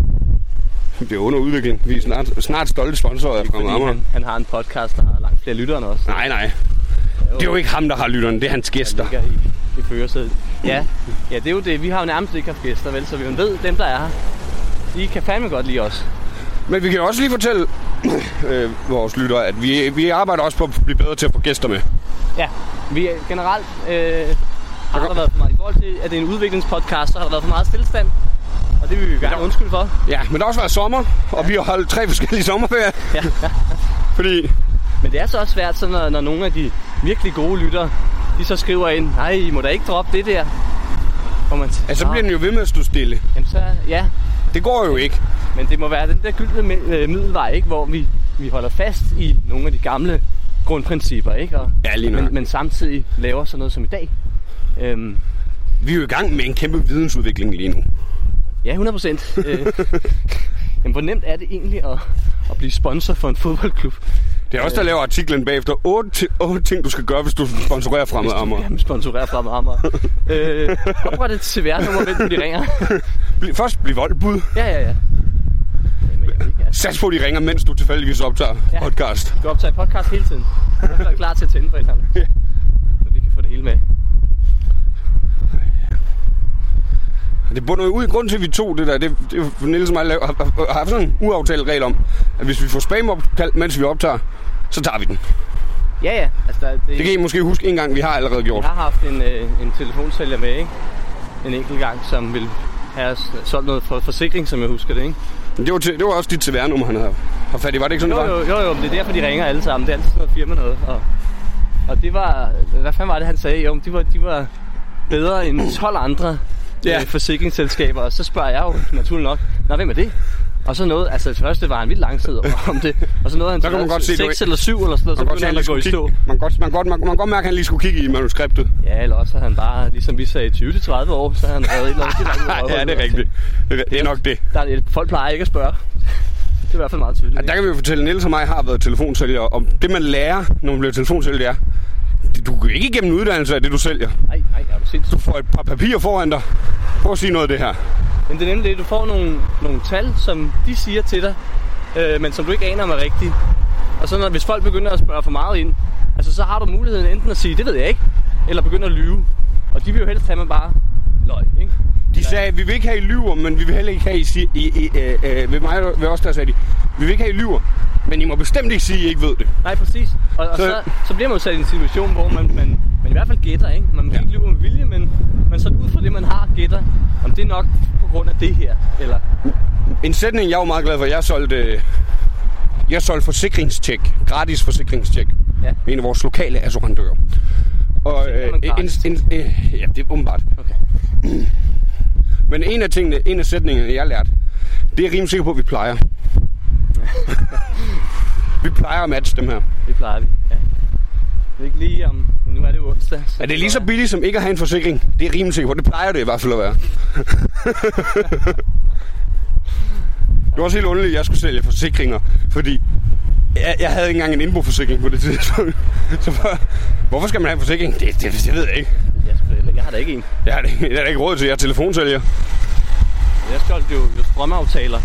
Det er under udvikling. Vi er snart, snart stolte sponsorer af Fremad Amager. han, han har en podcast, der har langt flere lyttere end os. Nej, nej. Det er jo ikke ham, der har lytterne. Det er hans gæster. Der ligger i, i førersædet. Ja, ja, det er jo det. Vi har jo nærmest ikke haft gæster, vel? Så vi jo ved, dem der er her, de kan fandme godt lide os. Men vi kan også lige fortælle øh, vores lyttere, at vi, vi arbejder også på at blive bedre til at få gæster med. Ja, vi er generelt øh, har der været for meget. I forhold til, at det er en udviklingspodcast, så har der været for meget stillstand. Og det vil vi jo gerne undskylde for. Ja, men der har også været sommer, og ja. Vi har holdt tre forskellige sommerferier. Ja, ja. Fordi... Men det er så også svært, så når, når nogle af de virkelig gode lyttere, de så skriver ind, nej, I må da ikke droppe det der. Og man t- ja, så bliver den jo ved med at stå stille. Jamen så, ja. Det går jo ikke. Men det må være den der gyldne middelvej, ikke? Hvor vi, vi holder fast i nogle af de gamle grundprincipper, ikke? Og, ja, lige men, men samtidig laver sådan noget som i dag. Øhm, vi er jo i gang med en kæmpe vidensudvikling lige nu. Ja, hundrede procent. Jamen, hvor nemt er det egentlig at, at blive sponsor for en fodboldklub? Det er også der laver artiklen bagefter. otte ting, du skal gøre, hvis du sponsorerer Fremad Amager. Jamen, sponsorerer Fremad Amager. øh, Opret et C V R-nummer, hvem de ringer. Først bliv voldbud. Ja, ja, ja. Jamen, jeg ikke, altså. Sats på, de ringer, mens du tilfældigvis optager ja. podcast. Du optager podcast hele tiden. Jeg er klar til at tænde for et eller andet. Ja. Så vi kan få det hele med. Det bunder jo ud i grunden til, at vi tog det der. Det, det er Niels og mig har, har, har haft sådan en uaftalt regel om, at hvis vi får spam-opkald, mens vi optager, så tager vi den. Ja, ja. Altså, der, det, det kan I måske huske en gang, vi har allerede gjort. Vi har haft en, øh, en telefonsælger med, ikke? En enkelt gang, som vil have solgt noget for forsikring, som jeg husker det, ikke? Men det var, til, det var også dit C V R-nummer, han har, har fat i. Var det ikke sådan, jo, det var? Jo, jo, jo, det er derfor, de ringer alle sammen. Det er altid sådan noget firma noget. Og, og det var... Hvad fanden var det, han sagde? Jo, de var, de var bedre end tolv andre ja. øh, forsikringsselskaber. Og så spørger jeg jo naturligt nok, nå, hvem er det? Og så noget, altså det første var en vild lang tid om det. Og så noget han så man seks eller syv eller sådan noget, så begyndte han at gå i stå. Man kan godt, man, godt, man, man godt mærke, at han lige skulle kigge i manuskriptet. Ja, eller også han bare, ligesom vi sagde, tyve til tredive år, så har han været et eller andet. Ja, det er rigtigt. Det er, det er nok det. Der er, folk plejer ikke at spørge. Det er i hvert fald meget tydeligt. Ja, der kan vi jo fortælle, at Niels og mig har været telefonsælger, og det man lærer, når man bliver telefonsælger, det er, du går ikke igennem uddannelse af det, du sælger. Nej, nej, er du sindssygt. Du får et par papirer foran dig. Prøv at sige noget af det her. Men det er nemlig det, du får nogle, nogle tal, som de siger til dig, øh, men som du ikke aner om er rigtige. Og så når, hvis folk begynder at spørge for meget ind, altså så har du muligheden enten at sige, det ved jeg ikke, eller begynde at lyve. Og de vil jo helst have, man bare løg, ikke? De sagde, vi vil ikke have I lyver, men vi vil heller ikke have I sige, I, I, øh, øh, ved mig ved os der sagde de, vi vil ikke have I lyver, men I må bestemt ikke sige, at I ikke ved det. Nej, præcis. Og, og så, så, så bliver man jo sat i en situation, hvor man, man, man i hvert fald gætter, ikke? Man måske ja. ikke lyver med vilje, men Men sådan ud fra det, man har, gætter, om det er nok på grund af det her, eller? En sætning, jeg var meget glad for, jeg solgte, øh, jeg solgte forsikringstjek, gratis forsikringstjek, Ja. med en af vores lokale assurandører. Og øh, man en, gratis? en, øh, ja, det er åbenbart. Okay. Men en af tingene, en af sætningerne, jeg lærte, det er jeg rimelig sikker på, at vi plejer. Vi plejer at matche dem her. Det plejer vi, ja. Det er ikke lige om... Nu er det jo onsdag. Er det lige så billigt som ikke at have en forsikring? Det er rimelig sikker på. Det plejer det i hvert fald at være. Det var også helt underligt, at jeg skulle sælge forsikringer, fordi jeg, jeg havde ikke engang en indboforsikring på det tidspunkt. Så for, hvorfor skal man have en forsikring? Det, det, det ved jeg ikke. Jeg, skal, jeg har da ikke en. Jeg har, det, jeg har da ikke råd til, jeg er telefonsælger. Jeg skal jo, jo strømaftaler.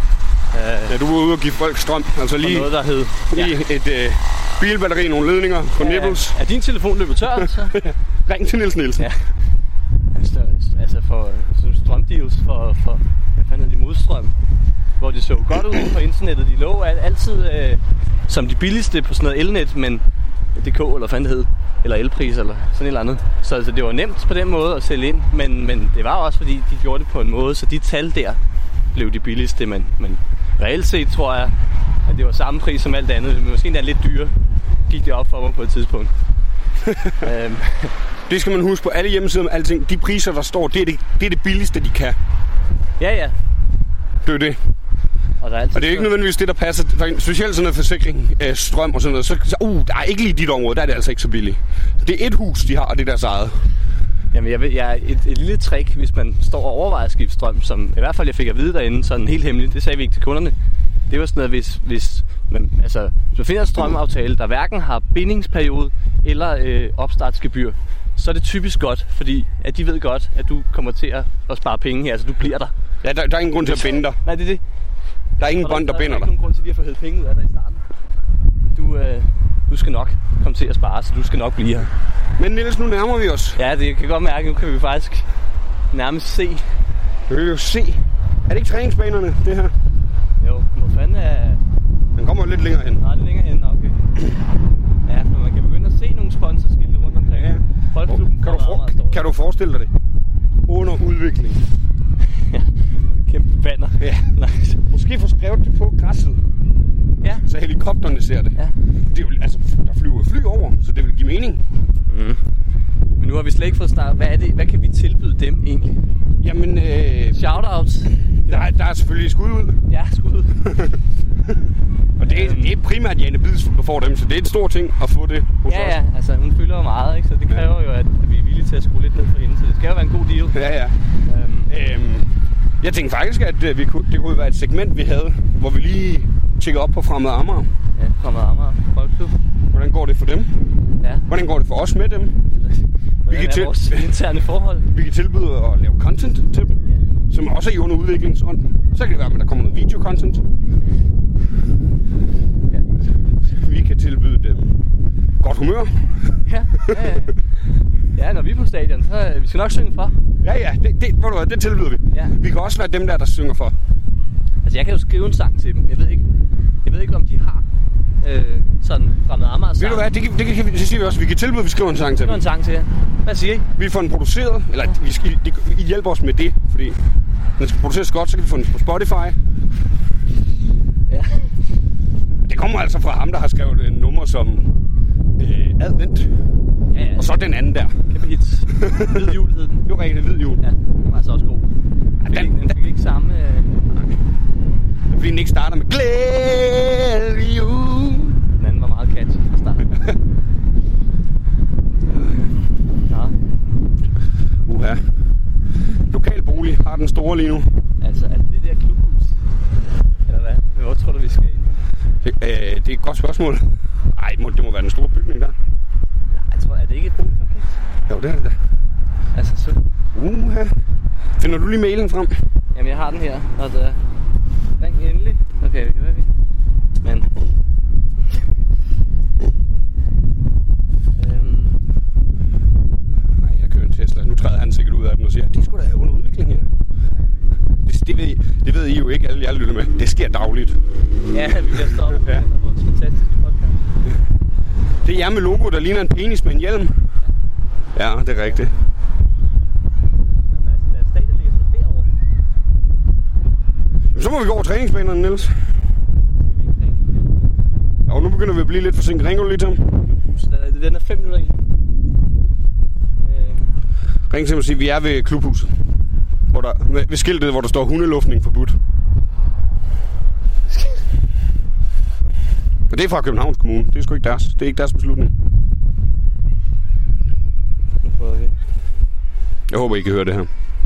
Uh, Ja, du var ude og give folk strøm. Altså lige, noget, der hed... lige Ja. et øh, bilbatteri, nogle ledninger på Ja, nipples. er din telefon løbet tør, så? Ring til Niels Nielsen. Ja. Altså, altså for sådan strømdeals for, for... Hvad fanden er de modstrøm? Hvor de så godt ud på internettet. De lå altid øh, som de billigste på sådan noget elnet, men D K eller hvad fanden det hed. Eller elpris eller sådan et eller andet. Så altså, det var nemt på den måde at sælge ind, men, men det var også fordi, de gjorde det på en måde, så de tal der blev de billigste, men, men reelt set tror jeg, at det var samme pris som alt andet. Men måske endda lidt dyre, gik det op for mig på et tidspunkt. øhm, Det skal man huske på alle hjemmesider med alting. De priser, der står, det er det, det, er det billigste, de kan. ja, ja. Det er det. Og, der er altid Og det er ikke nødvendigvis det, der passer. Specielt sådan noget forsikring, øh, strøm og sådan noget. Så, så uh, der er ikke lige dit område, der er det altså ikke så billigt. Det er et hus, de har, og det er deres eget. Jamen, jeg ved, jeg, et, et lille trick, hvis man står og overvejer at skifte strøm, som i hvert fald jeg fik at vide derinde, sådan helt hemmeligt, det sagde vi ikke til kunderne. Det var sådan noget, hvis, hvis, man, altså, hvis man finder en strømaftale, der hverken har bindingsperiode eller øh, opstartsgebyr, så er det typisk godt, fordi at de ved godt, at du kommer til at, at spare penge her, altså du bliver der. Ja, der, der er ingen grund til at binde dig. Nej, det er det. Der er ingen Og bånd, der der binder er dig. ikke nogen grund til lige at få hævet penge ud af dig i starten. Du, øh, du skal nok komme til at spare, så du skal nok blive her. Men Niels, nu nærmer vi os. Ja, det kan godt mærke, nu kan vi faktisk nærmest se. Vi vil jo se. Er det ikke træningsbanerne, det her? Jo, hvor fanden er... Den kommer jo lidt længere hen. Nej, det er længere hen, okay. Ja, for man kan begynde at se nogle sponsorskilte rundt omkring. Ja. Boldklubben Kan du, for, kan du forestille dig det? Under udvikling. Ja, kæmpe banner. Ja. Nice. Måske få skrevet det på græsset, Ja. så helikopterne ser det. Ja. Det er jo, altså, der flyver fly over, så det vil give mening. Mm. Men nu har vi slet ikke fået startet. Hvad er det? Hvad kan vi tilbyde dem egentlig? Jamen, øh, Shoutouts. der, er- der er selvfølgelig skud ud. Ja, skud. Og det, er- Øhm. det er primært Jane Bids for dem, så det er en stor ting at få det hos Ja, os. ja. Altså, hun fylder jo meget, ikke? Så det kræver jo, at vi er villige til at skrue lidt ned for hende. Så det skal jo være en god deal. Ja, ja. Øhm, Øhm, jeg tænkte faktisk, at øh, vi kunne, det kunne være et segment, vi havde, hvor vi lige tjekker op på Fremad Amager. ja, kommer Amager Boldklub. Hvordan går det for dem? Ja. Hvordan går det for os med dem? Hvordan kan er til- vores interne forhold? Vi kan tilbyde at lave content til dem, Ja. som også er i under udviklingsånd. Så kan det være, at der kommer noget video-content. Ja. Vi kan tilbyde dem godt humør. Ja, ja, ja. Ja, når vi er på stadion, så øh, vi skal nok synge for. Ja, ja, det, det, ved du hvad, det tilbyder vi. Ja. Vi kan også være dem der, der synger for. Altså, jeg kan jo skrive en sang til dem. Jeg ved ikke, jeg ved ikke om de har øh, sådan Fremad Amager sang. Ved du hvad, det, kan, det, kan, det siger vi også. Vi kan tilbyde, at vi skriver en sang til Skriv dem. en sang til jer. Hvad siger I? Vi får den produceret, eller vi skal, de, I hjælper os med det, fordi når den skal produceres godt, så kan vi få den på Spotify. Ja. Det kommer altså fra ham, der har skrevet en nummer som øh, Advent, Ja, ja. og så den anden der. Kæmpe hits. Hvid jul hed den. Det var rigtig hvid jul. Ja, den var altså også god. Den fik, den- ikke, den fik ikke samme... Øh, Fordi den ikke starter med glædelig jul. den anden var meget catchy fra starten. Nå, Uha. Lokalbolig har den store lige nu. altså er det det der klubhus? Eller hvad? Hvor tror du, vi skal ind? Det, øh, det er et godt spørgsmål. Ej, må, det må være den store bygning der. Jeg tror, er det ikke et boligkompleks? Jo, det er det da. Altså, så... Uha. Finder du lige mailen frem? Jamen, jeg har den her, og der... Ring endelig. Okay, det kan være vi... Men... øhm... Nej, jeg kører en Tesla. Nu træder han sikkert ud af den og siger, det skulle da under udvikling her. Det, det, ved, det ved I jo ikke, alle jer lytter med. Det sker dagligt. Ja, vi bliver stoppet på Ja. vores fantastiske podcast. Det er jer med logo, der ligner en penis med en hjelm. Ja, det er rigtigt. så må vi gå over træningsbanerne, Niels. Ja, nu begynder vi at blive lidt forsinket. Ringer du lige til ham? Den er fem minutter i. Ring til ham og sige, at vi er ved klubhuset. Hvor der, ved skiltet, hvor der står hundeluftning forbudt. Og det er fra Københavns Kommune. Det er sgu ikke deres. Det er ikke deres beslutning. Nu prøver vi. Jeg håber, I kan høre det her.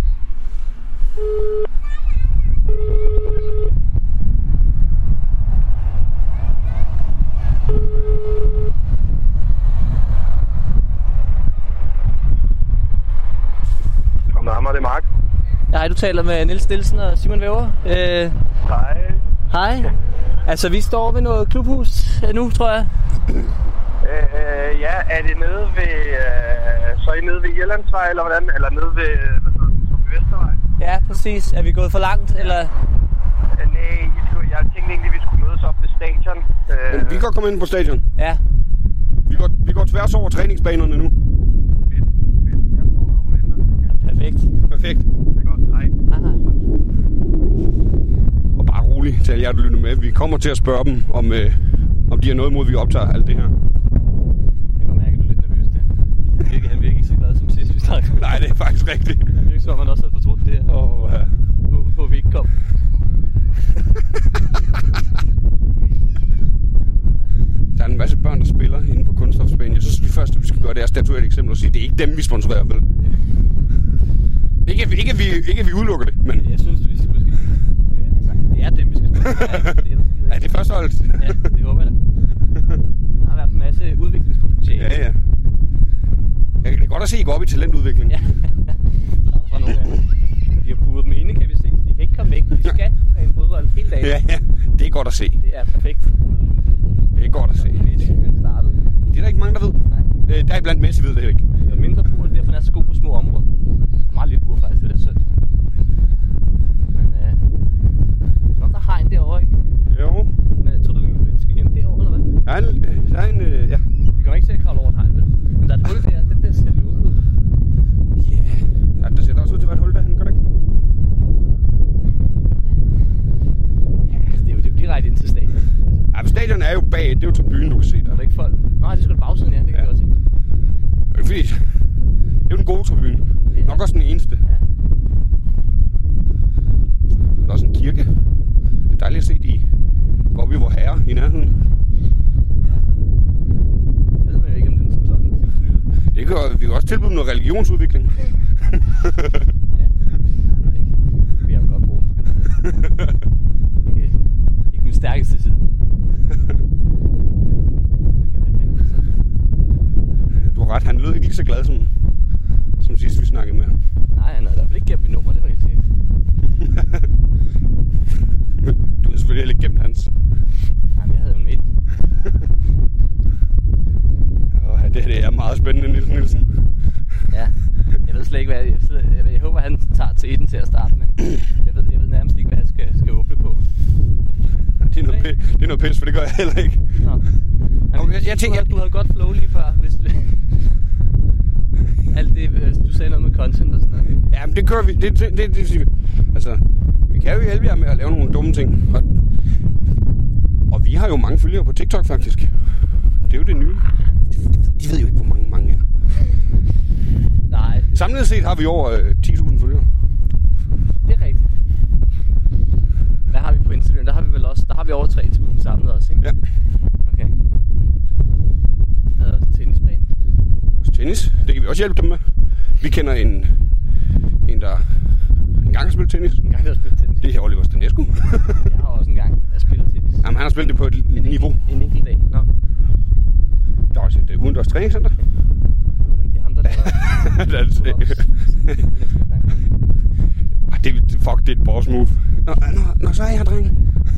Kom med Amager, det er Mark. Ja, hej, du taler med Niels Nielsen og Simon Væver. Øh, Hej. hej. Altså, vi står ved noget klubhus nu, tror jeg. Øh, ja, er det nede ved... Øh, så er I nede ved Irlandsvej, eller hvordan? Eller nede ved... Hvad hedder det? Ved Vestervej? Ja, præcis. Er vi gået for langt, eller? Øh, nej, I skulle, jeg tænkte egentlig, at vi skulle mødes op ved stadion. Øh, Men vi kan godt komme ind på stadion. Ja. Vi går, vi går tværs over træningsbanerne nu. fedt, fedt. Jeg står deroppe og venter. Perfekt. Perfekt. Det er godt. Hej. Aha. Og bare rolig til alle jer, der lytter med. Vi kommer til at spørge dem, om, øh, om de har noget imod, at vi optager alt det her. Jeg kan mærke, at du er lidt nervøs der. Han virker, han virker ikke så glad som sidst, vi snakkede. Nej, det er faktisk rigtigt. Han virker som om, han også havde fortrudt det her. Og, ja. Håber på, at vi ikke kom. Der er en masse børn, der spiller inde på Kunststofsbanen. Jeg synes, vi først, vi skal gøre det, er statuere et eksempel og sige, det er ikke dem, vi sponsorerer, vel? Ikke, ikke, ikke, vi, ikke at vi udelukker det, men... Jeg synes, vi skal måske... Altså, det er dem, vi skal spørge. Ja, det er første holdet. Ja, det håber jeg da. Der har været en masse udviklingspotentiale. Ja, ja. Jeg kan godt at se, at I går op i talentudvikling. Ja. Der er fra nogle af dem. De har pudet dem inde, kan vi se. De kan ikke komme væk. De skal have en fodbold hele dagen. Ja, ja. Det er godt at se. Det er perfekt. Det er godt at se. Han startede. Det er der ikke mange, der ved. Nej. Der er iblandt Messi, ved det ikke. Det er mindre bur, derfor han er så god på små områder. Meget lille bur faktisk, det er lidt sødt. Men øh, det er nok, der har en derovre, ikke? Jo. Men tror du, vi skal hjem derovre, eller hvad? Der er en, der er en øh, ja. Vi kommer ikke til at kravle over et hegn, vel? Men der er et hul der, den der ser lukket ud. Ja. Ja, der ser da også ud til at være et hul derhen, gør det ikke? Altså, det er jo, det er jo direkte ind til stadion. Altså, Ja, men stadion er jo bag, det er jo tribunen, du kan se der. er der ikke folk? Nej, det er sgu da bagsiden, ja, det kan Ja. jeg godt se. Det er jo fordi, det er jo den gode tribune. Ja. Nok også den eneste. Ja. Der er også en kirke. Det er dejligt at se, de går op i vor herre i nærheden. Jeg ved man jo ikke, om den som sådan er tilknyttet. Det kan, vi kan også tilbyde noget religionsudvikling. Ja, jeg ved ikke. Det vil jeg jo godt bruge. Ikke, ikke min stærkeste side. Du har ret, han lød ikke lige så glad som, som sidst vi snakkede med ham. Nej, han havde i hvert fald ikke gemt mit nummer, det var helt sikkert. Du havde selvfølgelig heller ikke gemt hans. Nej, men jeg havde jo en mail. Ja, det her det er meget spændende, Niels Nielsen. Ja, jeg ved slet ikke, hvad jeg, jeg, jeg, jeg håber, han tager til eten til at starte med. Jeg ved, jeg ved nærmest ikke, hvad jeg skal, skal åbne på. Det er, noget pis, det er noget pis, for det gør jeg heller ikke. Nå. Okay, jeg, jeg tænker, du, havde, du havde godt flow lige før, hvis du... Alt det, du sagde noget med content og sådan noget. ja, men det kører vi. Det, det, det, det, altså, vi kan jo hjælpe jer med at lave nogle dumme ting. Og, og vi har jo mange følgere på TikTok, faktisk. Det er jo det nye. De ved jo ikke, hvor mange mange er. Nej. Samlet set har vi over øh, ti tusind følgere. Det er rigtigt. Hvad har vi på Instagram? Der har vi vel også, der har vi over tre tusind samlet også, ikke? Ja. Okay. Der er også tennisbane. Også tennis. Det kan vi også hjælpe dem med. Vi kender en, en der engang har spillet tennis. En gang der har spillet tennis. Det er Oliver Stanescu. Jeg har også en gang spillet tennis. Jamen, han har spillet det på et en niveau. Enkelt, en enkelt dag. Nå. Der er også et uh, udendørs træningscenter. Jeg håber ikke, det er ham, der laver pull-ups. det, det, fuck, det er et boss move. Nå, nå, nå så er jeg her, dreng.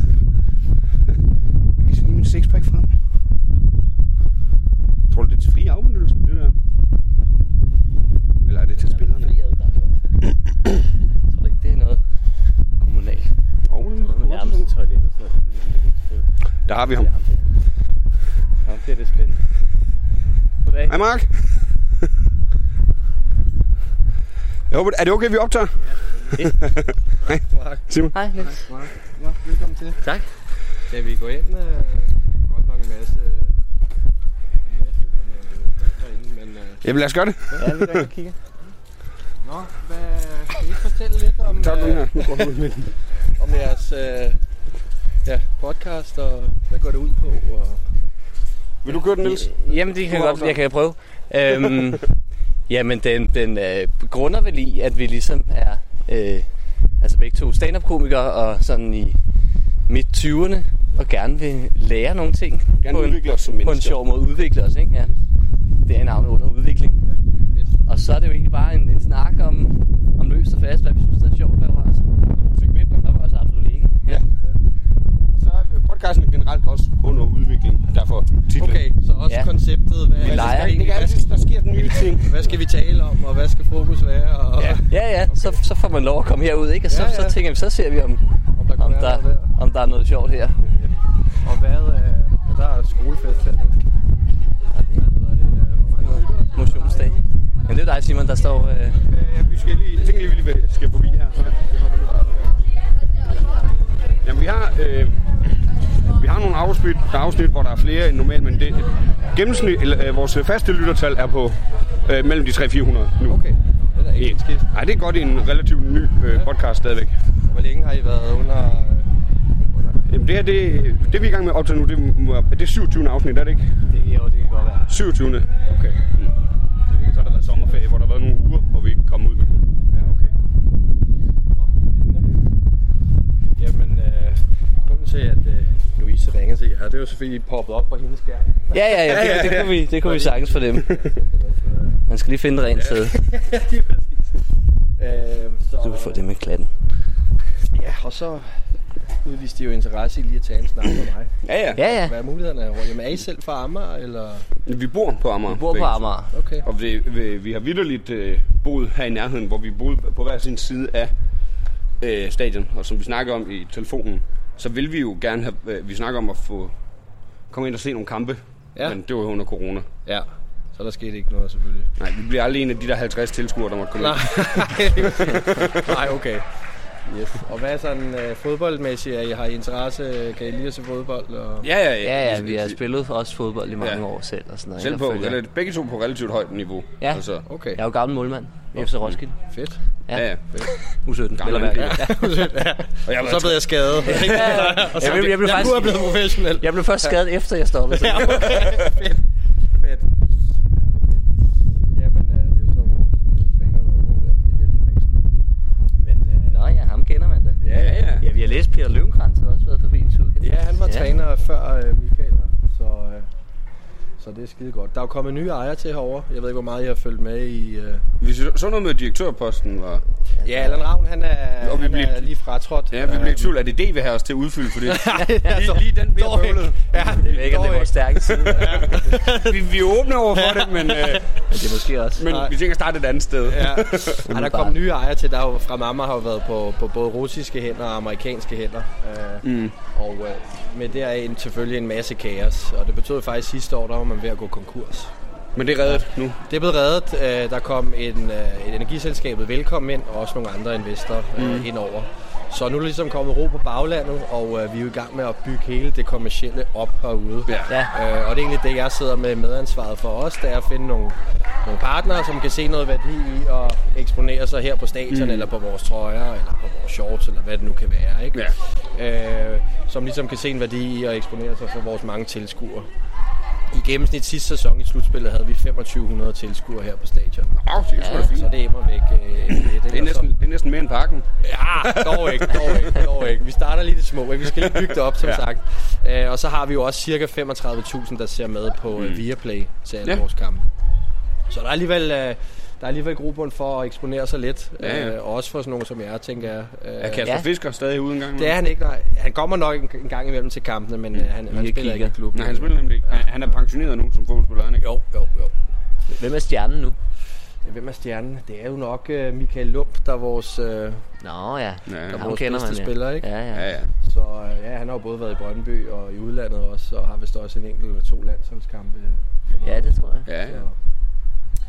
Jeg viser lige min sixpack frem. Tror du, det er til fri afbenyttelse, det der? Eller er det til spillerne? Fri adgang i hvert fald. Jeg tror ikke, det er noget kommunalt. Oh, det Noget med nærmest toilet og sådan noget. der har vi ham. Det er ham der. Ham der, det er spændende. Goddag. Hej, Mark. Jeg håber, er det okay, vi optager? Hej, Simon. Hej, Niels. Nå, velkommen til. Tak. Skal vi gå ind? Øh, godt nok en masse... En masse derinde, men... Øh, Jamen lad os gøre det. Ja, vi går ind og kigger. Nå, hvad... Kan I fortælle lidt om... Tak, øh, her. Nu går du ud med den. om jeres øh, ja, podcast, og hvad går det ud på? Og... Vil du køre den, Niels? Jamen, det kan jeg godt, jeg kan prøve. Øhm, jamen, den, den øh, grunder vel i, at vi ligesom er øh, altså begge to stand-up-komikere og sådan i midt tyverne og gerne vil lære nogle ting Gerne på, en, udvikle os som på en mennesker. sjov måde. Udvikle os, ikke? Ja. Det er navnet under udvikling. Og så er det jo egentlig bare en, en snak om, om løst og fast, hvad vi synes, der er sjovt ved røre sig. Segmenter. Der var også absolut ikke. Ja. Så er podcasten generelt også under udvikling. Derfor titlen. Okay, så også Ja. konceptet. Hvad, Vi hvad leger. skal Det er altid, der sker den nye ting. Hvad skal vi tale om, og hvad skal fokus være? Og, Ja, ja, ja. Okay. Så, så får man lov at komme herud, ikke? Og så, Ja, ja. så tænker vi, så ser vi, om, om der, om kunne være der, noget der. om der er noget sjovt her. Og hvad... Øh, der er skolefest her. Hvad hedder det? Øh, Motionsdag. Men det er jo dig, Simon, der står... Øh... Ja, vi skal lige... Jeg tænker lige, vi lige skal forbi her. Jamen, vi har... Øh, vi har nogle afsnit, afsnit, hvor der er flere end normalt, men det gennemsnit, eller, øh, vores faste lyttertal er på øh, mellem de tre hundrede til fire hundrede nu. Okay, det er ikke Ja. skidt. Nej, det er godt i en relativt ny øh, podcast stadigvæk. Hvor længe har I været under... Øh, under? Jamen, det her, det, det vi er i gang med at optage nu, det, må- det er syvogtyvende afsnit, er det ikke? Det, jo, det kan godt være. syvogtyvende Okay. Så har der været sommerferie, hvor der har været nogle uger, hvor vi ikke kom ud. Ja, okay. Nå, spændende. Jamen, øh, grunden til, at øh, Louise ringede til jer, det er jo selvfølgelig poppet op på hendes skærm. Ja, ja, ja. Det, det, kunne, vi, det kunne vi sagtens for dem. Man skal lige finde et rent sted. Ja, det er præcis. Øh, så, Du kan få det med klatten. Ja, og så udviste de jo interesse i lige at tage en snak med mig. Ja, ja. Ja, ja. Hvad er mulighederne? Jamen, er I selv fra Amager, eller? Vi bor på Amager. Vi bor på begge to. Amager. Okay. Og vi, vi, vi har vitterligt øh, boet her i nærheden, hvor vi boede på hver sin side af øh, stadion. Og som vi snakker om i telefonen, så vil vi jo gerne have... Øh, vi snakker om at få komme ind og se nogle kampe. Ja. Men det var jo under corona. Ja, så der skete ikke noget selvfølgelig. Nej, vi bliver aldrig en af de der halvtreds tilskuere, der måtte komme ind. Nej, okay. Yes. Og hvad er sådan øh, fodboldmæssigt? Er I, har I interesse? Kan I lide at se fodbold? Og... Ja, ja, ja. Ja, ja, vi har spillet for os fodbold i mange Ja. år selv og sådan noget. Selv ikke? på, Og følger- eller begge to på relativt højt niveau. Ja. Altså, Okay. Jeg er jo gammel målmand i F C Roskilde. Fedt. ja, ja. U sytten. Gammel Eller hvad? mand. Ja. Og jeg Og så blev jeg skadet. Og så, Jeg blev- jeg blev jeg faktisk- kunne have blevet professionel. Jeg blev først skadet efter jeg stoppede. Så. Ja, okay. Fedt. Fedt. Ja, okay. Jamen, øh, det er jo så vores øh, træner, der går der, Michael Hemmingsen. Men øh, Nå ja, ham kender man da. Ja, ja. Ja, vi har læst Peter Løvenkrantz, har også været forbi en tur. ja, han var træner før øh, Michael her, så, øh, så det er skide godt. Der er jo kommet nye ejere til herovre. Jeg ved ikke, hvor meget I har fulgt med i... Øh... Vi så så noget med direktørposten var... Ja, Allan Ravn, han er, Og vi han blev- er lige fratrådt. Ja, vi blev i tvivl, at det D vil have os til at udfylde for det. ja, lige, lige den bliver dog ikke. bøvlet. Ja, Det er ikke, at det er vores stærke side. vi, vi er åbne over for det, men, øh, Men det er måske også. men vi tænker at starte et andet sted. Ja. Ej, der kom nye ejere til. Der er jo, fra mamma har jo været på, på både russiske hænder og amerikanske hænder. Øh, Mm. Og øh, med det er en, selvfølgelig en masse kaos. Og det betød faktisk sidste år, der var man ved at gå konkurs. Men det er reddet nu. Det er blevet reddet. Øh, der kom en, øh, et energiselskabet Velkommen ind, og også nogle andre investorer øh, Mm. ind over. Så nu er der ligesom kommet ro på baglandet, og øh, vi er jo i gang med at bygge hele det kommercielle op herude. Ja. Ja. Øh, og det er egentlig det, jeg sidder med medansvaret for os, det er at finde nogle, nogle partnere, som kan se noget værdi i at eksponere sig her på stadion, mm. eller på vores trøjer, eller på vores shorts, eller hvad det nu kan være. Ikke? Ja. Øh, som ligesom kan se en værdi i at eksponere sig for vores mange tilskuere. I gennemsnit sidste sæson i slutspillet havde vi femogtyve hundrede tilskuere her på stadion. Åh, det er sgu da Ja, fint. så det er immer væk øh, lidt. Det er, næsten, det er næsten mere end parken. Ja, dog ikke, dog ikke, dog ikke. Vi starter lige det små, ikke? Vi skal lige bygge det op, som Ja. ja. sagt. Øh, og så har vi jo også cirka femogtredive tusind, der ser med på mm. Viaplay til alle Ja. ja. vores kampe. Så der er alligevel... Øh, der er alligevel grobund for at eksponere sig lidt. Ja, ja. Øh, og også for sådan nogen som jeg, tænker jeg. Øh, Er Kasper Ja. Fisker stadig ude en gang? det er han ikke, nej. Han kommer nok en, en gang imellem til kampene, men øh, han, han Lige spiller kigger. ikke i klubben. Nej, han spiller nemlig ikke. Han- Han er pensioneret nu som fodboldspiller, han ikke? Jo, jo, jo. Hvem er stjernen nu? Ja, hvem er stjernen? Det er jo nok uh, Michael Lump, der er vores, uh, der Nå ja, Ja, er ham vores kender bedste man ja. spiller, ikke? Ja, ja. ja, ja. Så uh, ja, han har jo både været i Brøndby og i udlandet også, og har vist også en enkelt eller to landsholdskampe. for Ja, det tror jeg. Ja, ja. Så.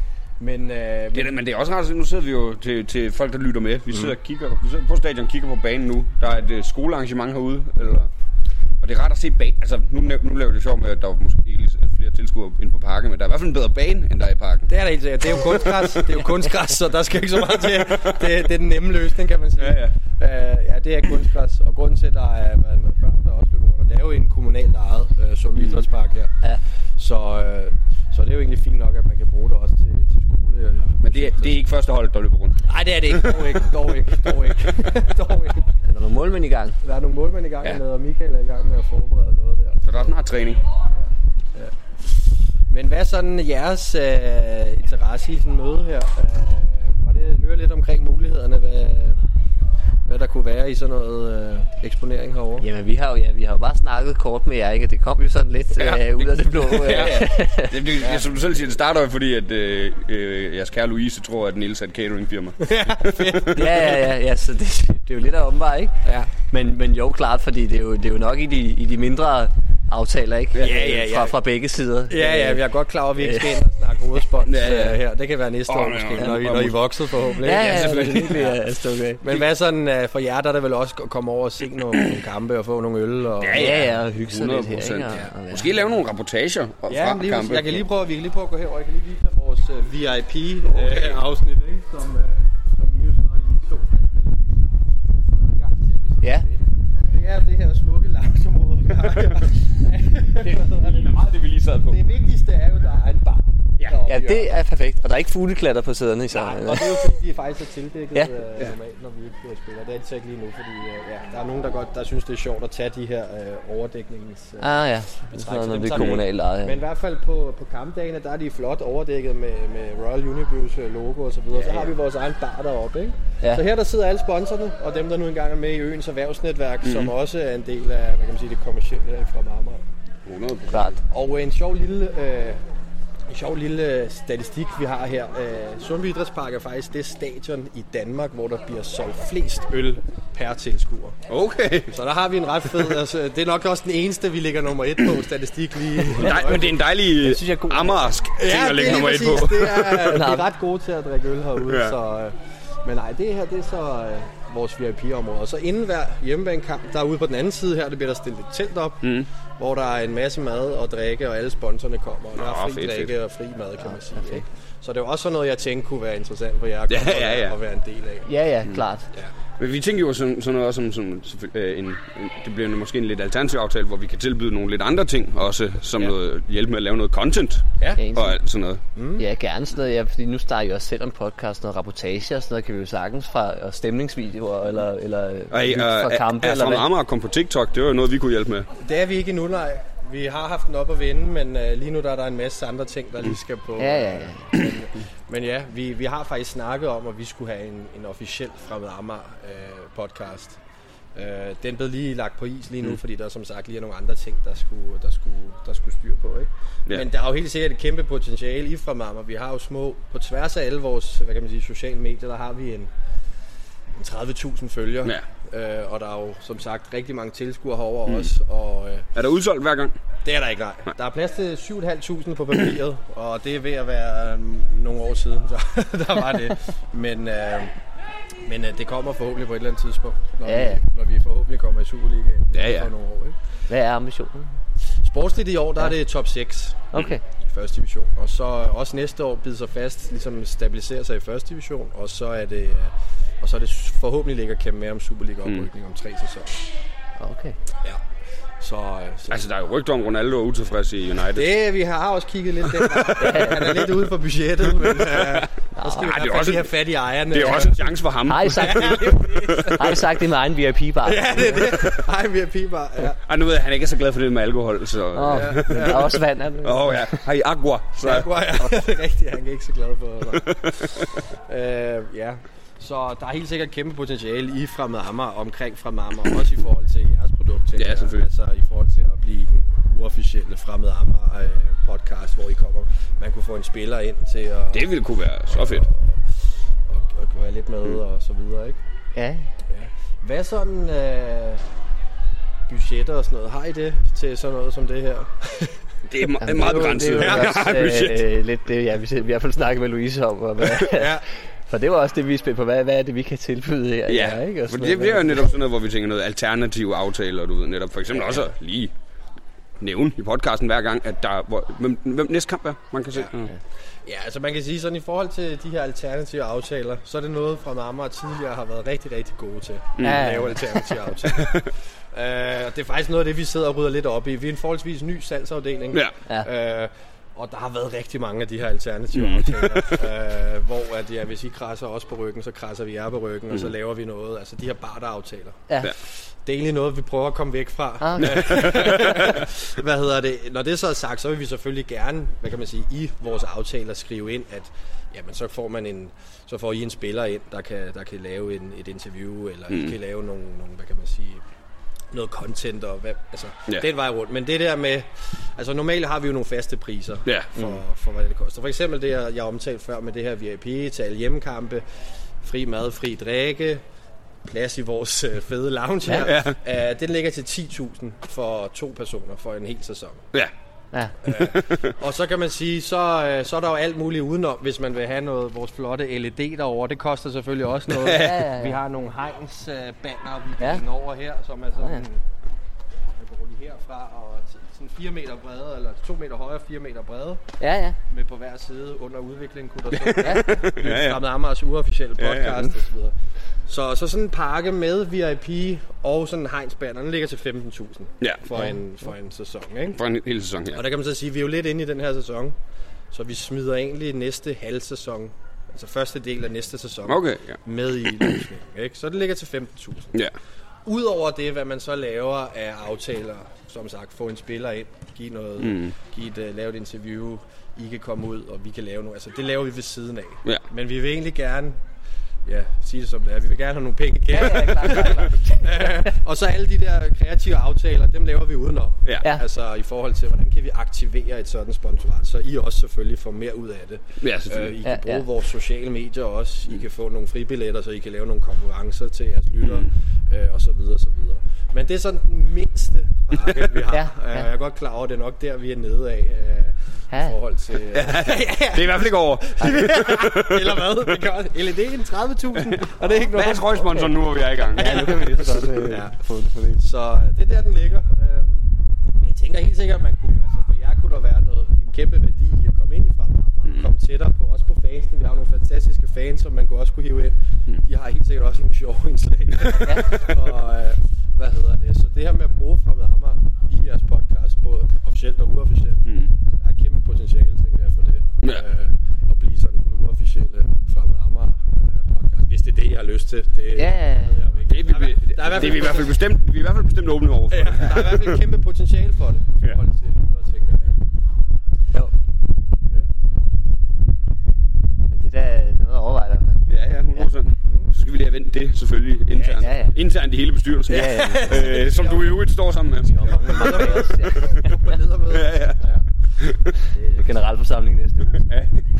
Men, øh, det er, men det er også rart, nu sidder vi jo til, til folk, der lytter med. Vi sidder, mm. kigger, vi sidder på stadion og kigger på banen nu. Der er et uh, skolearrangement herude. Eller, og det er rart at se banen. Altså, nu, nu laver det sjovt med, at der var måske ikke flere tilskuere inde på parken, men der er i hvert fald en bedre bane, end der er i parken. Det er der helt sikkert. Det er jo kunstgræs, det er jo kunstgræs, så der skal ikke så meget til. Det, det er den nemme løsning, kan man sige. Ja, ja. Uh, ja, det er kunstgræs, og grunden til, at der er med børn, der også løber rundt, det er jo en kommunalt ejet uh, Sundby mm. Idrætspark her. Ja. Så, uh, så det er jo egentlig fint nok, at man kan bruge det også til, til skole. Uh, men det er, det er ikke første hold, der løber rundt? Nej, det er det ikke. Dog ikke. Dog ikke. Dog ikke. Dog ikke. Er der nogle målmænd i gang? Der er nogle målmænd i gang, ja. Og Michael er i gang med at forberede noget der. Så der er snart træning? Ja. Ja. Men hvad er sådan jeres øh, interesse i sådan en møde her? Øh, var det høre lidt omkring mulighederne, hvad, hvad der kunne være i sådan noget øh, eksponering herovre? Jamen vi har jo ja, vi har jo bare snakket kort med jer, ikke? Det kom jo sådan lidt ja. øh, ud af det blå. ja. Ja. Det, det, ja. Som du selv siger, det starter jo fordi, at øh, øh, jeres kære Louise tror, at Niels er et cateringfirma. ja, fedt. ja, ja, ja, ja, så det, det er jo lidt af omvej, ikke? Ja. Men, men jo, klart, fordi det er jo, det er jo nok i de, i de mindre aftaler, ikke? Ja, ja, ja. Fra, fra begge sider. Ja, ja, vi er godt klar over, at vi ikke skal ind og snakke hovedspons ja, ja. her. Det kan være næste oh, år måske, ja, når, I, når I er vokset forhåbentlig. Ja, ja, selvfølgelig. Ja, okay. Men hvad sådan, for jer, der er det vel også at komme over og se nogle, nogle kampe og få nogle øl? Og, ja, ja, ja, og hygge sig lidt her. Ikke? Ja. Måske lave nogle rapportager fra ja, lige, kampe. Jeg kan lige prøve, vi kan lige prøve at gå herover. Jeg kan lige vise vores uh, V I P-afsnit, okay. uh, som, uh, som I jo så i så ja. Det er det her smukke loungeområde, vi har her. Det er meget det, vi lige sad på. Det vigtigste er jo, der er en bar. Ja, ja, det er perfekt. Og der er ikke fugleklatter på sæderne i sammen. Nej, og det er jo fordi, de faktisk er tildækket ja. øh, normalt, når vi ikke spiller. Det er de så ikke lige nu, fordi øh, ja, der er nogen, der godt der synes, det er sjovt at tage de her øh, overdæknings... Øh, ah ja, sådan noget, det er kommunalt ejet. Ja. Men i hvert fald på, på kampdagene, der er de flot overdækket med, med Royal Unibrews logo og så videre. Ja, ja. Så har vi vores egen bar deroppe, ikke? Ja. Så her der sidder alle sponsorerne, og dem, der nu engang er med i Øens erhvervsnetværk, mm-hmm. som også er en del af, hvad kan man sige, det kommercielle her fra Amager. hundrede procent. Og en sjov lille... Øh, En sjov lille statistik, vi har her. Uh, Sundby Idrætspark er faktisk det stadion i Danmark, hvor der bliver solgt flest øl per tilskuer. Okay. Så der har vi en ret fed... Altså, det er nok også den eneste, vi ligger nummer et på statistik lige. Nej, men det er en dejlig amarsk ting ja, at lægge nummer et på. Det er, de er ret gode til at drikke øl herude. Ja. Så, uh, men nej, det her det er så uh, vores V I P-område. Og så inden hver hjemmebanekamp, der er ude på den anden side her, der bliver der stillet et telt op. Mm. Hvor der er en masse mad og drikke, og alle sponsorerne kommer. Og der er fri fedt, drikke fedt. Og fri mad, kan man sige. Okay. Så det er også sådan noget, jeg tænkte kunne være interessant for jer at komme ja, ja, ja. og være en del af. Ja, ja, mm. klart. Ja. Men vi tænker jo sådan, sådan noget som, som øh, en, en, det bliver måske en lidt alternativ aftale, hvor vi kan tilbyde nogle lidt andre ting også, som ja. noget hjælp med at lave noget content ja. og alt sådan noget. Mm. Ja, gerne sådan noget, ja, fordi nu starter jeg også selv en podcast, noget rapportage og sådan noget, kan vi jo sagtens fra og stemningsvideoer eller, eller Ej, fra øh, kampe. Altså fra Amager kom på TikTok, det var jo noget, vi kunne hjælpe med. Det er vi ikke endnu, nej. Vi har haft den op at vende, men uh, lige nu der er der en masse andre ting, der lige skal på. Ja, ja, ja. Men, men ja, vi, vi har faktisk snakket om, at vi skulle have en, en officiel Fremad Amager uh, podcast. Uh, den blev lige lagt på is lige nu, mm. fordi der som sagt lige er nogle andre ting, der skulle, der skulle, der skulle styr på. Ikke? Ja. Men der er jo helt sikkert et kæmpe potentiale i Fremad Amager. Vi har jo små, på tværs af alle vores hvad kan man sige, sociale medier, der har vi en, en tredive tusind følgere. Ja. Uh, og der er jo som sagt rigtig mange tilskuere herover mm. også. Og, uh, er der udsolgt hver gang? Det er der ikke, nej. nej. Der er plads til syv tusind fem hundrede på papiret, og det er ved at være um, nogle år siden, så der var det. Men, uh, men uh, det kommer forhåbentlig på et eller andet tidspunkt, når, ja, ja. Vi, når vi forhåbentlig kommer i Superligaen ja, ja. for nogle år. Ikke? Hvad er ambitionen? Sportsligt i år, der ja. er det top seks okay. i første division. Og så også næste år bider sig fast, ligesom stabilisere sig i første division, og så er det... Uh, Og så er det forhåbentlig ligger kæmpe med om Superliga-oprykning mm. om tre sæsoner. Okay. Ja. Så, så, altså, der er jo rygter om Ronaldo er utilfreds i United. Det, vi har også kigget lidt den. Han er lidt ude for budgettet, men uh, der skal vi ja, have fat i ejerne. Det er også en chance for ham. Har I sagt det, har I sagt det med egen V I P-bar? Ja, det er det. Egen V I P-bar, ja. Ej, nu ved jeg, han er ikke så glad for det med alkohol, så... Oh, ja, ja. Der er også vand. Åh oh, ja, har I agua? Så. Agua, ja. Det er rigtigt, han er ikke så glad for det. uh, ja. Så der er helt sikkert kæmpe potentiale i Fremad Amager, omkring Fremad Amager, også i forhold til jeres produkt. Ja, selvfølgelig. Altså i forhold til at blive den uofficielle Fremad Amager øh, podcast, hvor I kommer. Man kunne få en spiller ind til at... Det ville kunne være så fedt. Og, og, og, og være lidt med mm. og så videre, ikke? Ja. ja. Hvad sådan øh, budgetter og sådan noget, har I det til sådan noget som det her? Det er, me- Jamen, meget det er jo- begrænset. Det er jo Ja, også, budget. øh, lidt det, ja, vi i hvert fald snakkede med Louise om. Og hvad, Ja. For det var også det, vi spillede på. Hvad, hvad er det, vi kan tilbyde her? Ja, her, ikke? Og for sådan det noget. bliver jo netop sådan noget, hvor vi tænker noget alternative aftaler, du ved, netop for eksempel ja, ja. også at lige nævne i podcasten hver gang, at der hvor, hvem, hvem næste kamp er, man kan se. Ja, ja. Ja, altså man kan sige sådan, i forhold til de her alternative aftaler, så er det noget fra Amager tidligere har været rigtig, rigtig gode til. Mm. At lave alternative aftaler. uh, det er faktisk noget af det, vi sidder og rydder lidt op i. Vi er en forholdsvis ny salgsafdeling. Ja. Uh, og der har været rigtig mange af de her alternative mm. aftaler, uh, hvor at, ja, hvis I krasser os på ryggen, så krasser vi jer på ryggen, mm. og så laver vi noget. Altså de her barteraftaler. Ja. Det er egentlig noget, vi prøver at komme væk fra. Ah, okay. Hvad hedder det? Når det så er sagt, så vil vi selvfølgelig gerne, hvad kan man sige, i vores aftaler skrive ind, at jamen, så får man en, så får I en spiller ind, der kan, der kan lave en, et interview, eller mm. I kan lave nogle, nogle, hvad kan man sige, noget content og hvad, altså yeah. den vej rundt. Men det der med, altså normalt har vi jo nogle faste priser yeah. for, mm. for hvad det koster. For eksempel det, jeg, jeg omtalte før med det her V I P til alle hjemmekampe, fri mad, fri drikke, plads i vores øh, fede lounge her. Ja, ja. Uh, den ligger til ti tusind for to personer for en hel sæson. Ja. Ja. uh, og så kan man sige, så, uh, så er der jo alt muligt udenom, hvis man vil have noget vores flotte L E D derovre. Det koster selvfølgelig også noget. Ja, ja, ja. Vi har nogle Heinz uh, banner, vi kan ja. hænge over her, som er sådan, ja, ja. jeg går lige herfra og sådan fire meter brede, eller to meter højere, fire meter brede. Ja, ja. Med på hver side under udvikling kunne der stå. Ja. Ja, ja. Fremad Amagers uofficielle podcast ja, ja. og så videre. Så, så sådan en pakke med V I P og sådan en Heinz-banner, den ligger til femten tusind ja. for, en, for en sæson. Ikke? For en hel sæson, ja. Og der kan man så sige, at vi er jo lidt inde i den her sæson, så vi smider egentlig næste halv sæson, altså første del af næste sæson, okay, ja. med i løsningen. Ikke? Så det ligger til femten tusind. Ja. Udover det, hvad man så laver af aftaler, som sagt, få en spiller ind, give noget, mm. give et, uh, lave et interview, I kan komme ud, og vi kan lave noget. Altså, det laver vi ved siden af. Ja. Men vi vil egentlig gerne, ja, sige det som det er, vi vil gerne have nogle penge igen. Ja, ja, klar, klar, klar. Og så alle de der kreative aftaler, dem laver vi udenom. Ja. Altså i forhold til, hvordan kan vi aktivere et sådan sponsorat, så I også selvfølgelig får mere ud af det. Ja, selvfølgelig. Uh, I kan ja, bruge ja. vores sociale medier også. I kan få nogle fribilletter, så I kan lave nogle konkurrencer til jeres lyttere, mm. uh, og så videre, så videre. Men det er sådan den mindste pakke, vi har. ja, ja. Uh, jeg er godt klar over, at det er nok der, vi er nede af. Uh, Ja. I forhold til... Uh... ja, ja, ja. Det er i hvert fald ikke over. Eller hvad? Det gør L E D'en tredive tusind. Og det er ikke noget. Hvad er trøjsponsoren nu, hvor vi er i gang? Ja, nu kan vi lige så godt øh, ja. få det for det. Så det er der, den ligger. Uh, men jeg tænker helt sikkert, at man kunne... Altså, for jer kunne der være noget, en kæmpe værdi i at komme ind i Fremad Amager. Mm. Komme tættere på, også på fansene. Vi har nogle fantastiske fans, som man kunne også kunne hive ind. Mm. De har helt sikkert også nogle sjove indslag. Ja. Og uh, hvad hedder det? Så det her med at bruge Fremad Amager i jeres podcast, både officielt og uofficielt, mm. altså, der er kæmpe potentiale, tænker jeg, for det. Ja. Uh, at blive sådan den uofficielle Fremad Amager uh, podcast. Hvis det er det, jeg har lyst til. Det, Ja, ja, ja. Det er vi, der er, der er det er vi i hvert fald bestemt, vi er i hvert fald bestemt åbne over for. Ja, der er i hvert fald et kæmpe potentiale for det. I forhold til noget, tænker jeg. Jo. Men det er da noget at overveje i hvert fald. Ja, ja, hundrede procent. Så skal vi lige have vendt det selvfølgelig internt. Ja, ja. Internt i hele bestyrelsen. Ja, ja. øh, som du i øvrigt står sammen med. Ja, ja. Det er generalforsamling næste uge. Ja.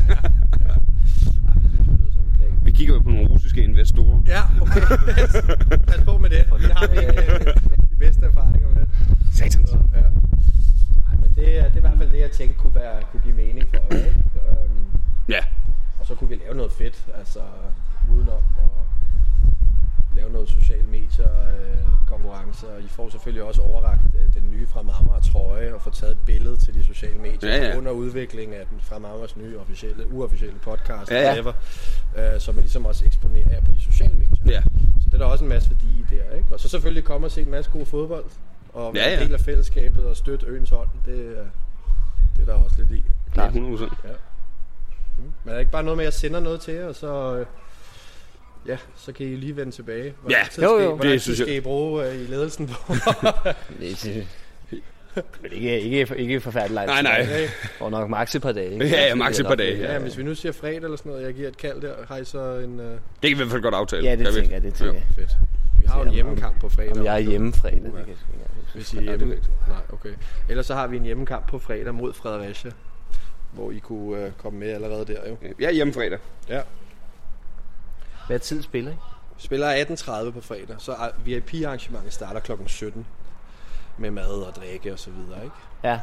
Vi kigger jo på nogle russiske investorer. Ja, okay. Pas på med det. Det har vi ikke de bedste erfaringer med. Satans. Så, ja. Ej, men det, er, det er i hvert fald det, jeg tænkte kunne, være, kunne give mening for os. Um, Ja. og så kunne vi lave noget fedt, altså udenom og lave noget sociale medier, øh, konkurrencer. I får selvfølgelig også overrakt øh, den nye Fremad Amager trøje og få taget et billede til de sociale medier Ja, ja. under udvikling af den Fremad Amagers nye officielle, uofficielle podcast, Ja, ja. whatever, øh, som man ligesom også eksponerer her på de sociale medier. Ja. Så det er der også en masse værdi i der, ikke? Og så selvfølgelig komme og se en masse god fodbold og være Ja, ja. en del af fællesskabet og støtte øens hold. Det, er- det er der også lidt i. Ja, hundrede procent. Ja. Mm. Men er det ikke bare noget med, at jeg sender noget til jer, og så, øh, ja, så kan I lige vende tilbage? Hvor Ja, lang tid jo, skal, jo. Hvor lang Det tid synes jeg- skal I bruge øh, i ledelsen på? Det er- Men ikke, ikke, ikke forfærdeligt langt. Nej, nej. Okay. Og nok maks et par dage. Ikke? Ja, ja, maks et par dage. Ja, hvis vi nu siger fredag eller sådan noget, jeg giver et kald der, har I så en... Øh... Det kan vi i hvert fald godt aftale. Ja, det Kan vi? tænker jeg, det tænker jeg. Fedt. Vi har jo en hjemmekamp på fredag. Om jeg er hjemme fredag, det Uh, kan jeg sgu ikke engang huske. Hvis I er hjemme... Nej, okay. Ellers så har vi en hjemmekamp på fredag mod Fredericia, hvor I kunne øh, komme med allerede der, jo. Jeg er hjemme fredag. Ja. Hvad tid spiller I? Spiller atten tredive på fredag, så er- V I P-arrangementet starter klokken sytten med mad og drikke og så videre, ikke? Ja.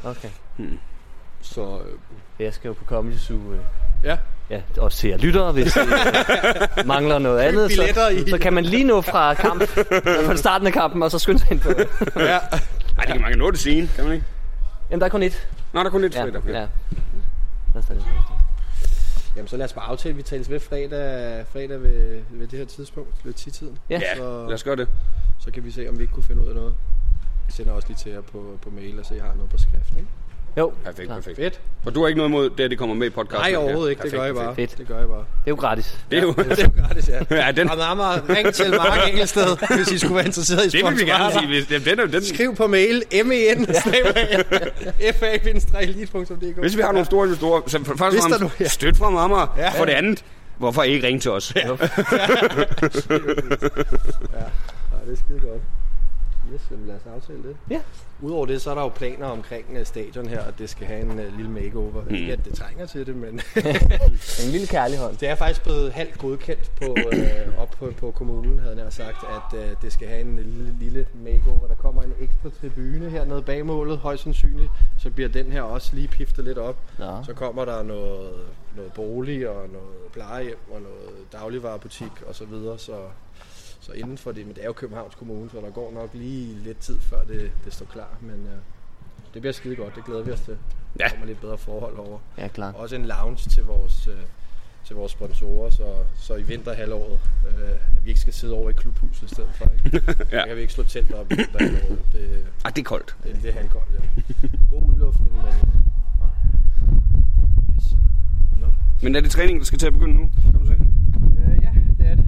Okay. Hmm. Så øh, Jeg skal jo på Comedy Zoo. Øh. ja. Ja, også til jer lyttere, hvis I øh, mangler noget andet, så, i. så kan man lige nå fra kamp, fra starten af kampen, og så skynde sig ind på det. Ja. Ej, det kan man kan nå det scene, kan man ikke? Jamen, der er kun ét. Nå, der er kun et Ja, fredag. ja. Lad os tage det. Jamen så lad os bare aftale, at vi tales ved fredag, fredag ved, ved det her tidspunkt, ved ti-tiden. Ja. Ja, Så, lad os gøre det. så kan vi se, om vi ikke kunne finde ud af noget. Jeg sender også lige til jer på, på mail og se, at jeg har noget på skrift, ikke? Jo, Perfekt, klar. perfekt. Fedt. Og du har ikke noget imod det, at det kommer med i podcasten? Nej, overhovedet ikke. Perfekt, Det gør jeg bare. Fedt. Det gør jeg bare. Det er jo gratis. Det er jo... Det er jo gratis, ja. Ja, den- Og Amager, ring til Mark Engelsted, hvis I skulle være interesseret i Det vil vi gerne sponsorater. sige. Hvis, jamen, den er, den, Skriv på mail men f a bindestreg elite punktum d k. hvis vi har nogle store investorer, så for, først Hvis og der fremmest nu- ja. støt fra Amager. Ja. For det andet, hvorfor ikke ringe til os? Ja. Ja, det er skide godt. Yes, jamen lad os aftale det. Ja. Udover det, så er der jo planer omkring uh, stadion her, at det skal have en uh, lille makeover. Mm. Ikke at det trænger til det, men En lille kærlig hånd. det er faktisk blevet halvt godkendt på, uh, op på, på kommunen, havde jeg sagt, at uh, det skal have en lille, lille makeover. Der kommer en ekstra tribune hernede bag målet, højst sandsynligt. Så bliver den her også lige piftet lidt op. Nå. Så kommer der noget, noget bolig og noget plejehjem og noget dagligvarebutik og så videre. Så Så inden for det, men det er jo Københavns Kommune, så der går nok lige lidt tid før det, det står klar, men uh, det bliver skide godt, det glæder vi os til. Ja. Der kommer lidt bedre forhold over. Ja, klar. Også en lounge til vores, uh, til vores sponsorer, så, så i vinterhalvåret, uh, at vi ikke skal sidde over i klubhuset i stedet for. Ikke? Ja. Så kan vi ikke slå telt op i vinterhalvåret. Det, Ej, det er koldt. det, det er halvkoldt, ja. God udluftning, men... Yes. No. Men er det træningen, der skal til at begynde nu? Kan man sige? Øh, ja, det er det.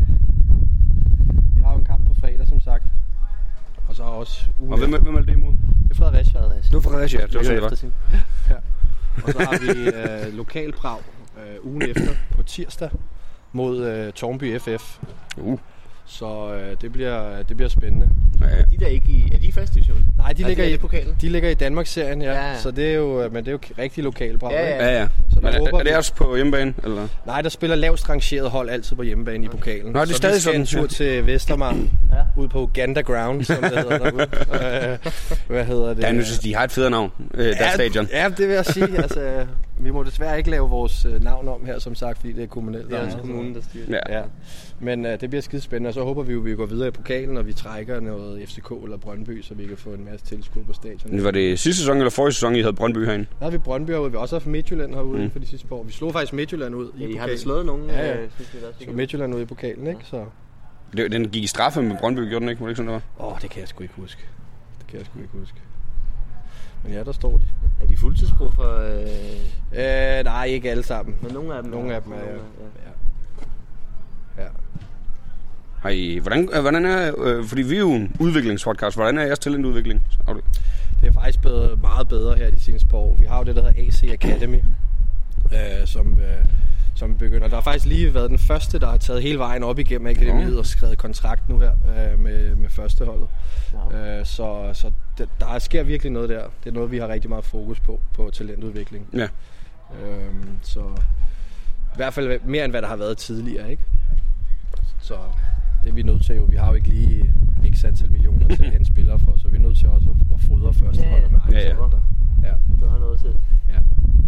Vi har jo en kamp på fredag, som sagt. Og så også ugen Og hvem, efter. hvem er det imod? Det er Fredericia. Det var Fredericia, det var sådan, det var. Eftersyn. Ja. Og så har vi øh, lokalprav øh, ugen efter på tirsdag mod øh, Tornby F F. Uh. Så øh, det, bliver, det bliver spændende. Ja, ja. De der ikke i... Er de i første division? Nej, de Er ligger det i i pokalen? De ligger i Danmarksserien, ja. Ja, ja. Så det er jo, men det er jo rigtig lokalprav. Ja, ja. ikke? Ja, ja. Så der Men håber er, er det vi- også på hjemmebane? Eller? Nej, der spiller lavst rangeret hold altid på hjemmebane i pokalen. Nå, det er så stadig vi skal en sådan, tur ja. til Vestermark, Ja. ud på Uganda Ground, som det hedder derude. Øh, Hvad hedder det? Ja, nu synes de har et federe navn, øh, deres Ja, stadion. Ja, det vil jeg sige. Altså, vi må desværre ikke lave vores øh, navn om her, som sagt, fordi det er kommunalt. Det er også kommunen, der styrer det. Ja. Ja. Men øh, det bliver skide spændende, og så håber vi jo, at vi går videre i pokalen, og vi trækker noget F C K eller Brøndby, så vi kan få en masse tilskud på stadion. Var det sidste sæson eller forrige sæson, I havde Brøndby herinde? Der har vi Brøndby herude, vi har også haft Midtjylland herude mm. for de sidste par år. Vi slog faktisk Midtjylland ud i Ja, I pokalen. har da slået nogen, Ja, ja. øh, synes vi da også. Så Midtjylland ud i pokalen, ikke? Så... Det, den gik i straffe med Brøndby, gjorde den ikke? Var det ikke sådan, det var? Åh, oh, det kan jeg sgu ikke huske. Det kan jeg sgu ikke huske. Men ja, der står de. Er de fuldtidsbrug for... Øh... Øh, nej, ikke alle sammen. Men nogle af dem Nogle er- af dem er, nogle ja. er- Ja. Ja. Har I, hvordan, øh, hvordan er, øh, fordi vi er jo en udviklingspodcast, hvordan er jeres talentudvikling? Har du- Det er faktisk blevet meget bedre her de seneste par år. Vi har jo det, der hedder A C Academy, øh, som, øh, som begynder. Der har faktisk lige været den første, der har taget hele vejen op igennem akademiet og skrevet kontrakt nu her øh, med, med førsteholdet. Øh, så så det, der sker virkelig noget der. Det er noget, vi har rigtig meget fokus på, på talentudvikling. Ja. Øh, så i hvert fald mere end hvad der har været tidligere, ikke? Så det er vi nødt til jo. Vi har jo ikke lige x antal millioner til at hente spillere for, så vi er nødt til også at, at fodre førsteholdet med Ja, ja. talenter. Ja. Gør noget til. Ja.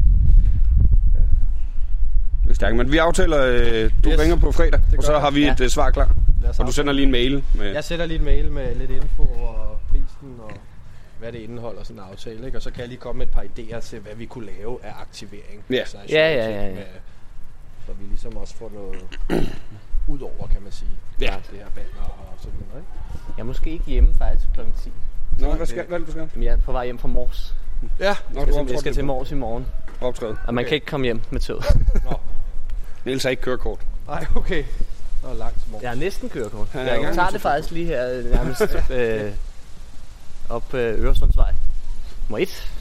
Det er stærkt, men vi aftaler, øh, du Yes. ringer på fredag, gør og så jeg. har vi Ja. et øh, svar klar. Lad os Og du aftale. sender lige en mail med... Jeg sætter lige en mail med lidt info og prisen og hvad det indeholder, sådan en aftale, ikke? Og så kan jeg lige komme med et par idéer til, hvad vi kunne lave af aktivering. Ja. Altså, Ja, ja, ja, ja. Med, så vi ligesom også får noget ud over, kan man sige. Ja. Det her banner og sådan noget, ikke? Jeg er måske ikke hjemme faktisk klokken ti. Nå, hvad skal hvad er det, du skal? Men jeg er på vej hjem fra Mors. Ja. Nå, Jeg du skal, jeg skal til morgen. Mors i morgen. Optræde. Og man kan ikke komme hjem med toget. Nå. Niels har ikke kørekort. Nej, okay. Nå, langt til morgen. Jeg har næsten kørekort. Han er i Jeg gang tager med det faktisk lige her øh, nærmest øh, op øh, Øresundsvej. Nummer et.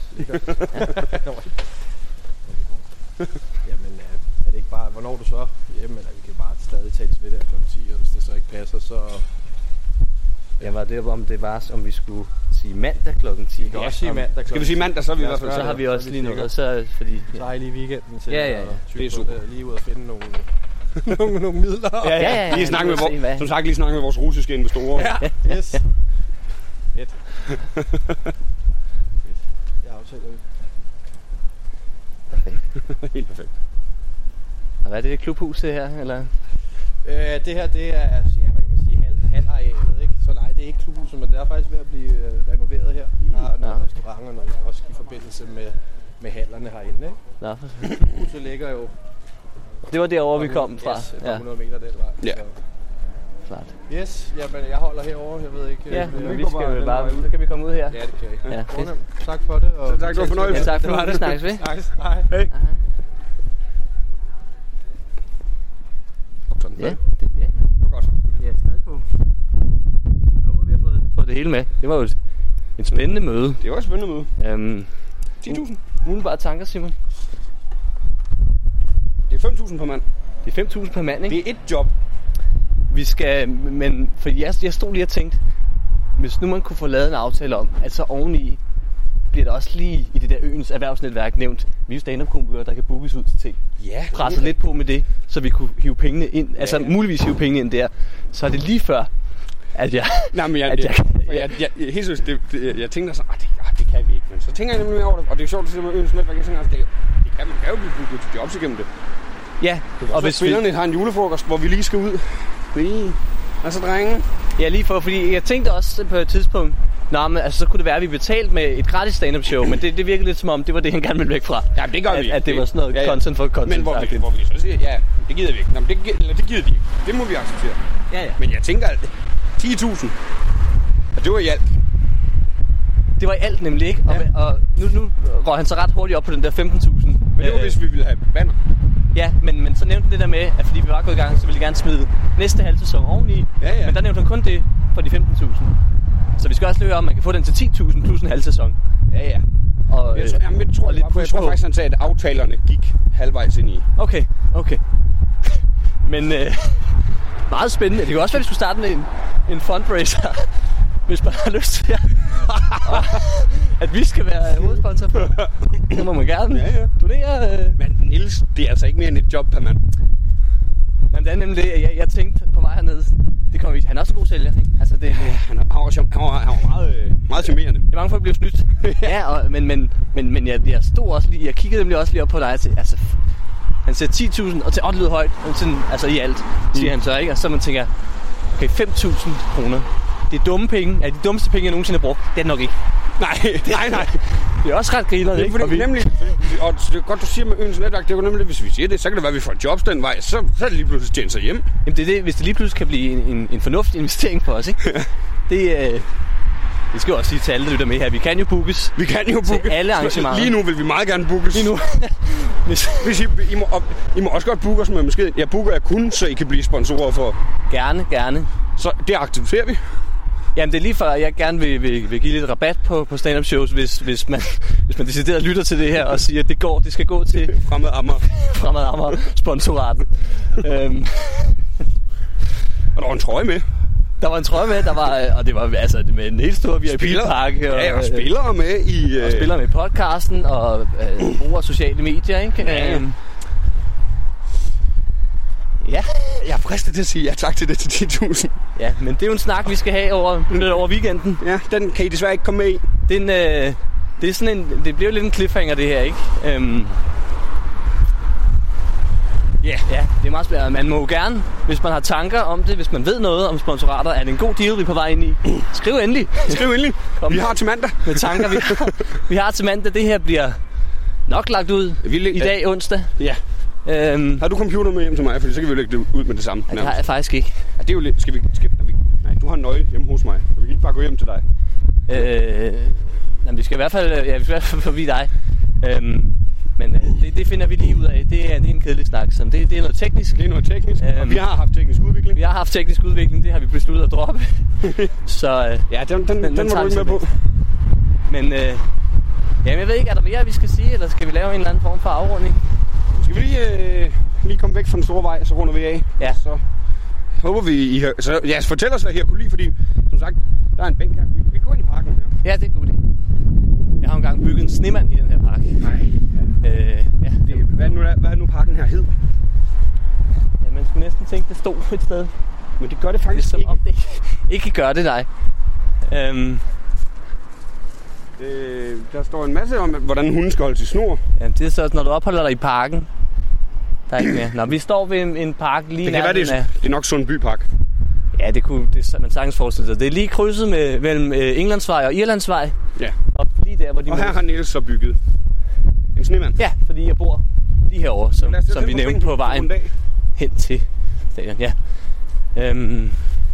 Jamen, øh, er det ikke bare, hvornår er du så hjemme, eller vi kan bare stadig tales ved der klokken ti, og hvis det så ikke passer, så... Jeg var der, om det var, om vi skulle sige mandag klokken ti. Vi kan også sige mandag klokken Skal vi sige mandag, så er vi i Lad os hvert fald... Så gøre har det. vi også Så lige vi noget, så fordi... Så har I lige weekenden til Ja, ja, ja. at Det er tyde super. på det, lige ud og finde nogle, nogle, nogle midler. Ja, ja, ja. Lige snakke med, Se, hvad- vor, som sagt, lige snakke med vores russiske investorer. Ja, yes. Fedt. Jeg aftaler det. Perfekt. Helt perfekt. Og hvad er det, klubhuset her, eller? Øh, det her, det er, ja, hvad kan man sige, halv, halvarealet, ikke? Så nej, det er ikke klubhuset, men det er faktisk ved at blive øh, renoveret her. Der er nogle Nå. restauranter, og også i forbindelse med, med hallerne herinde, ikke? Nå, for Klubhuset ligger jo... Det var derovre, vi kom fra. Yes, et Ja, par hundrede meter den vej. Ja. Så. klart. Yes, jamen jeg holder herovre, jeg ved ikke... Ja, øh, vi skal vel bare, så kan vi komme ud her. Ja, det kan I. Ja, fedt. Tak for det. Og tak, det var fornøjelse. Ja, tak for det. Vi snakkes ved. Hej. Hej. Ja, det, ja. Det var godt. Vi er stadig på. Jeg håber, vi har fået, fået det hele med. Det var jo et, et spændende møde. Det var et spændende møde. Øhm, ti tusind. Umiddelbare tanker, Simon. Det er fem tusind per mand. Det er fem tusind per mand, ikke? Det er et job. Vi skal, men for jeg, jeg stod lige og tænkte, hvis nu man kunne få lavet en aftale om, at så oveni bliver der også lige i det der øens erhvervsnetværk nævnt, vi er jo stand-up-komikere, der kan bookes ud til ting. Ja. Presset lidt på med det, så vi kunne hive pengene ind, altså ja. muligvis hive pengene ind der. Så er det lige før, at jeg... Nej, men jeg, at jeg, jeg, jeg, jeg, jeg, helt seriøst, det, det, jeg tænkte så, ah, det, ah, det kan vi ikke. Men så tænker jeg nemlig over det, og det er sjovt at se med øens netværk, jeg tænker, at det, det kan, man kan jo blive booket til jobs igennem det. Ja, og hvis spillerne vi... har en julefrokost, hvor vi lige skal ud. Lige. Altså, drenge. Ja, lige for, fordi jeg tænkte også på et tidspunkt, nå, men altså, så kunne det være, at vi betalte med et gratis stand-up show, men det, det virkede lidt som om, det var det, han gerne ville væk fra. Ja, det gør at, vi. At det var sådan noget ja, ja. content for content. Men hvor vi, hvor vi så siger, ja, det gider vi ikke. Nå, men det, eller, det gider de ikke. Det må vi acceptere. Ja, ja. Men jeg tænker, ti tusind. Og det var i alt. Det var i alt nemlig, ikke? Og, ja. og nu, nu røg han så ret hurtigt op på den der femten tusind. Men det var, øh, hvis vi ville have banner. Ja, men, men så nævnte han det der med, at fordi vi var gået i gang, så ville de gerne smide næste halv sæson oveni. Ja, ja. Men der nævnte han kun det for de femten tusind. Så vi skal også høre om, man kan få den til ti tusind plus en halv sæson. Ja, ja. Og, jeg, tror, jamen, jeg tror, jeg, jeg tror faktisk, han sagde, at aftalerne gik halvvejs ind i. Okay, okay. Men øh, meget spændende. Det kan også være, at vi skulle starte med en, en fundraiser, hvis man har lyst til at, at vi skal være hovedsponsor på. Det må man gerne. Ja, ja. Donere. Øh. Men Niels, det er altså ikke mere end et job per mand. Jamen, det er nemlig det, jeg, jeg tænkte på vej hernede. Det kommer vi. Han er også en god sælger, ikke? Altså, det, ja, han, er, han, var, han, var, han var meget, øh, meget charmerende. Det er mange folk, der bliver snydt. Ja, og, men, men, men, men jeg, jeg stod også lige, jeg kiggede nemlig også lige op på dig til, altså, han siger ti tusind, og til åt lyder højt, sådan, altså i alt, siger mm. han så, ikke? Og så man tænker, okay, fem tusind kroner. Det er dumme penge. Er de dummeste penge, jeg nogensinde har brugt? Det er det nok ikke. Nej, nej, nej. Det er også ret griner, ikke? Fordi, og vi... nemlig, og det er godt, du siger med øens netværk, det er jo nemlig, hvis vi siger det, så kan det være, at vi får jobs den vej, så, så er det lige pludselig tjent sig hjem. Jamen det er det, hvis det lige pludselig kan blive en, en, en fornuftig investering for os, ikke? det, øh, det skal jo også sige til alle, der lytter med her. Vi kan jo bookes. Vi kan jo bookes. Til alle arrangementer. Lige nu vil vi meget gerne bookes. Lige nu. hvis, hvis I, I, må, op, I må også godt booke os med måske. Jeg booker jer kun, så I kan blive sponsorer for. Gerne, gerne. Så det accepterer vi. Jamen det er lige før, jeg gerne vil, vil, vil give lidt rabat på, på stand-up shows, hvis, hvis, man, hvis man decideret lytter til det her og siger, at det går, det skal gå til Fremad Amager. Fremad Amager sponsoratet. øhm. Og der var en trøje med. Der var en trøje med, der var, og det var altså med en helt stor V I P-pakke. Ja, og spillere med i... Og spillere med i podcasten og øh, bruger sociale medier, ikke? Ja. Øhm. Ja. Jeg er fristet til at sige ja tak til det til ti tusind. Ja, men det er jo en snak, vi skal have over, over weekenden. Ja, den kan I desværre ikke komme med i. Den, øh, det, er sådan en, det bliver jo lidt en cliffhanger, det her, ikke? Øhm. Yeah. Ja, det er meget spændende. Man må jo gerne, hvis man har tanker om det, hvis man ved noget om sponsorater, er det en god deal, vi er på vej ind i. Skriv endelig. Skriv endelig. Kom. Vi har til mandag. Med tanker, vi har, vi har til mandag. Det her bliver nok lagt ud Vil, i dag, onsdag. Ja. Øhm, har du computer med hjem til mig? For så kan vi jo lægge det ud med det samme. Ja, det har jeg faktisk ikke. Ja, det er jo lidt... Skal vi... Skal, vi nej, du har en nøgle hjemme hos mig. Så vi kan ikke bare gå hjem til dig. Øh, jamen, vi skal i hvert fald... Ja, vi skal i hvert fald forbi dig. Øhm, men øh, det, det finder vi lige ud af. Det er, det er en kedelig snak. Så det, det er noget teknisk. Det er noget teknisk. Øhm, og vi har haft teknisk udvikling. Vi har haft teknisk udvikling. Det har vi besluttet at droppe. så... Øh, ja, den, den, den, den var du ikke med på. Men... Øh, jamen, jeg ved ikke, er der mere, vi skal sige? Eller skal vi lave en eller anden form for afrunding? Skal vi lige, øh, lige komme væk fra den store vej, så runder vi af. Ja. Så håber vi, I har... Så ja, fortæl os, hvad her kunne lide, fordi som sagt, der er en bænk her. Vi, vi går ind i parken her. Ja, det er godt. Jeg har engang bygget en snemand i den her park. Nej. Ja. Øh, ja. Det, hvad, er nu, hvad er nu parken her hed? Ja, man skulle næsten tænke, det stod et sted. Men det gør det faktisk det, ikke. Om det ikke gør det, nej. Øhm. Øh, der står en masse om, hvordan hunden skal holdes i snor. Jamen, det er så, når du opholder dig i parken. Der er ikke mere. Nå, vi står ved en, en park lige det kan være, det er, af... det er nok Sundby Park. Ja, det kunne det, man sagtens forestille sig. Det er lige krydset med, mellem øh, Englandsvej og Irlandsvej. Ja. Og lige der, hvor de... Og her har Niels så bygget en snemand. Ja, fordi jeg bor lige herovre, som, som vi nævnte på vejen hen til stadion. Ja. Øhm...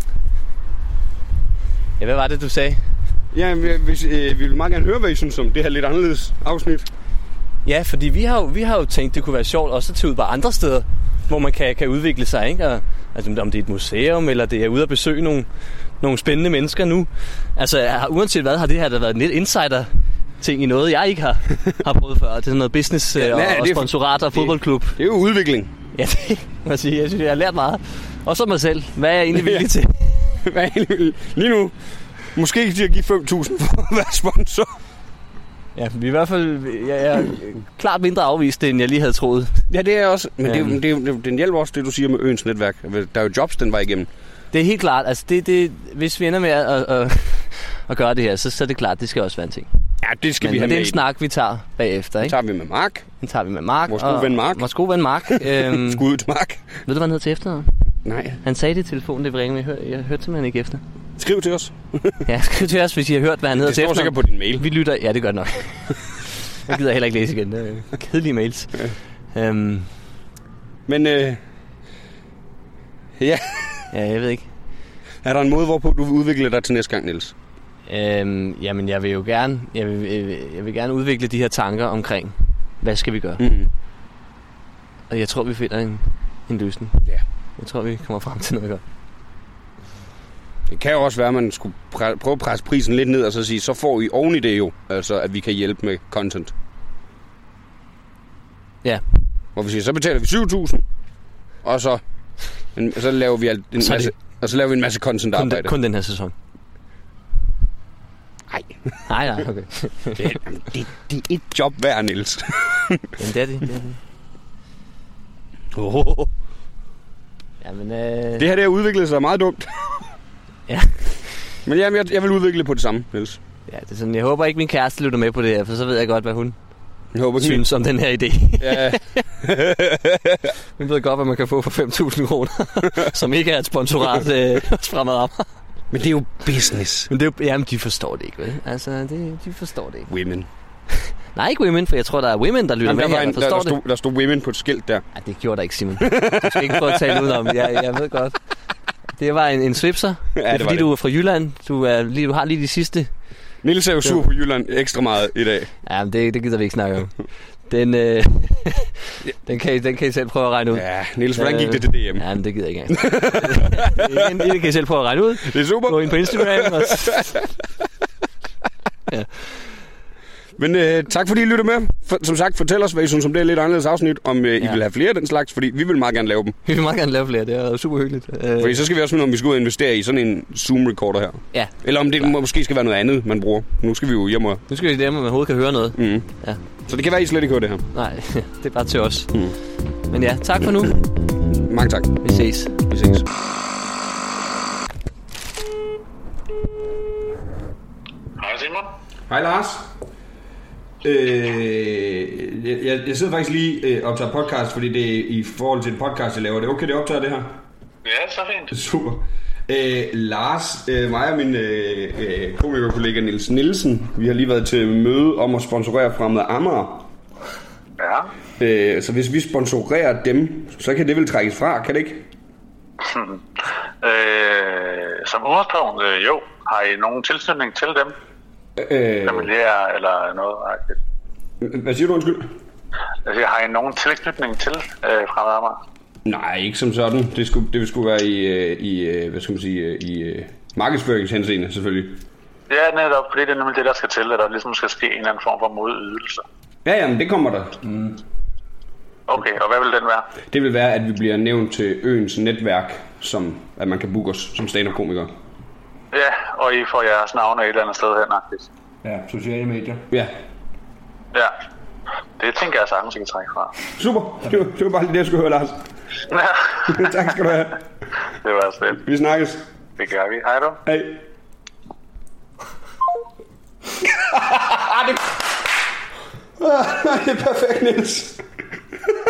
ja, hvad var det, du sagde? Ja, hvis, øh, vi vil meget gerne høre, hvad I synes om det her lidt anderledes afsnit. Ja, fordi vi har jo, vi har jo tænkt, det kunne være sjovt også at tage ud på andre steder, hvor man kan, kan udvikle sig, ikke? Og, altså om det er et museum, eller det er ude at besøge nogle, nogle spændende mennesker nu. Altså, uanset hvad, har det her der været en lidt insider-ting i noget, jeg ikke har, har prøvet før. Det er sådan noget business ja, og, nej, og sponsorat og fodboldklub. Det, det er jo udvikling. Ja, det må jeg sige. Jeg synes, jeg har lært meget. Og så mig selv. Hvad er jeg egentlig villig til? Hvad er jeg egentlig lige nu? Måske til at give fem tusind for at være sponsor. Ja, vi er i hvert fald jeg er klart mindre afvist, end jeg lige havde troet. Ja, det er også. Men um, det, det, det, den hjælper også det, du siger med øens netværk. Der er jo jobs, den var igennem. Det er helt klart. Altså, det, det, hvis vi ender med at, at, at, at gøre det her, så, så er det klart, det skal også være en ting. Ja, det skal men, vi have men med. det er en snak, vi tager bagefter, ikke? Den tager vi med Mark. Den tager vi med Mark. Vores gode ven Mark. Vores gode ven Mark. øhm, Skud til Mark. Ved du, hvad han hedder til efternavn? Nej. Han sagde det i telefonen, det var ringe, jeg hørte, jeg hørte simpelthen ikke efter. Skriv til os. Ja, skriv til os, hvis I har hørt, hvad han hedder til efternavn. Det står sikkert på din mail. Vi lytter, ja, det gør det nok. Jeg gider heller ikke læse igen. Det er kedelige mails. Ja. Øhm. Men, øh... ja. Ja, jeg ved ikke. Er der en måde, hvorpå du vil udvikle dig til næste gang, Niels? Øhm, jamen, jeg vil jo gerne, jeg vil, jeg, vil, jeg vil gerne udvikle de her tanker omkring, hvad skal vi gøre? Mm-hmm. Og jeg tror, vi finder en, en løsning. Ja. Jeg tror, vi kommer frem til noget godt. Det kan jo også være, at man skulle præ- prøve at presse prisen lidt ned, og så sige, så får I oven i det jo, altså at vi kan hjælpe med content. Ja. Hvor vi siger, så betaler vi syv tusind, og så, en, så laver vi alt, en så masse, det... og så laver vi en masse content arbejde. Kun, den, kun den her sæson. Nej. Nej, nej, okay. det, det, det er et job værd, Niels. Jamen, det er det. det, er det. Oh. Jamen, øh... det her, det har udviklet sig meget dumt. Ja. Men jamen, jeg, jeg vil udvikle på det samme, Niels. Ja, det er sådan, jeg håber ikke, min kæreste lytter med på det her, for så ved jeg godt, hvad hun jeg håber, synes om den her idé. Ja. Hun ved godt, hvad man kan få for fem tusind kroner, som ikke er et sponsorat øh, Fremad Amager. Men det er jo business. Men det er jo, jamen, de forstår det ikke, vel? Altså, det, de forstår det ikke. Women. Nej, ikke women, for jeg tror, der er women, der lytter jamen, med der her, en, der forstår der, der stod, det. Der stod women på et skilt der. Nej, det gjorde der ikke, Simon. Du skal ikke prøve at tale udenom. Jeg, jeg ved godt. Det var en, en svipser. Ja, det er, fordi det. Du er fra Jylland. Du, er, lige, du har lige de sidste... Niels er jo sur på Jylland ekstra meget i dag. Ja, men det, det gider vi ikke snakke om. Den, øh, den, kan I, den kan I selv prøve at regne ud. Ja, Niels, hvordan gik det til D M? Ja, men det gider jeg ikke engang. Det kan I selv prøve at regne ud. Det er super. Gå ind på Instagram. Og... ja. Men øh, tak fordi I lytter med. For, som sagt, fortæl os, hvad I synes om det er lidt anderledes afsnit. Om øh, ja. I vil have flere af den slags, fordi vi vil meget gerne lave dem. Vi vil meget gerne lave flere, det er super hyggeligt. Fordi så skal vi også finde, om vi skal ud og investere i sådan en Zoom-recorder her. Ja. Eller om det klar. måske skal være noget andet, man bruger. Nu skal vi jo hjem og... Nu skal vi hjem, og man overhovedet kan høre noget. Mm. Ja. Så det kan være, I slet ikke hører det her. Nej, det er bare til os. Mm. Men ja, tak for nu. Mange tak. Vi ses. Vi ses. Hej Simon. Hej Lars. Øh, jeg, jeg, jeg sidder faktisk lige øh, og optager podcast, fordi det er i forhold til et podcast, jeg laver. Det er okay, det optager det her? Ja, så fint. Super. Øh, Lars, øh, mig og min øh, øh, komikerkollega Niels Nielsen, vi har lige været til møde om at sponsorere Fremad Amager. Ja. Øh, så hvis vi sponsorerer dem, så kan det vel trækkes fra, kan det ikke? øh, som udgangspunkt, øh, jo. Har I nogen tilknytning til dem? Øh, Familiære eller noget? Hvad siger du, undskyld? Altså, har I nogen tilknytning til øh, Fremad Amager? Nej, ikke som sådan. Det skulle, det skulle være i, i, hvad skal man sige, i markedsføringshenseende, selvfølgelig. Ja, netop, fordi det er nemlig det, der skal til, at der ligesom skal ske en eller anden form for modydelse. Ja, jamen, det kommer der. Mm. Okay, og hvad vil den være? Det vil være, at vi bliver nævnt til øens netværk, som at man kan booke os som stand-up-komiker. Ja, og I får jeres navne et eller andet sted hen. Ja, sociale medier. Ja. Ja, det tænker jeg sagtens, I kan trække fra. Super, det var, det var bare lige det, jeg skulle høre, Lars. Ja. Tak skal du have. Det var slet. Vi snakkes. Det gør vi. Hej du. Hej. Ah, det... Ah, det er perfekt, Niels.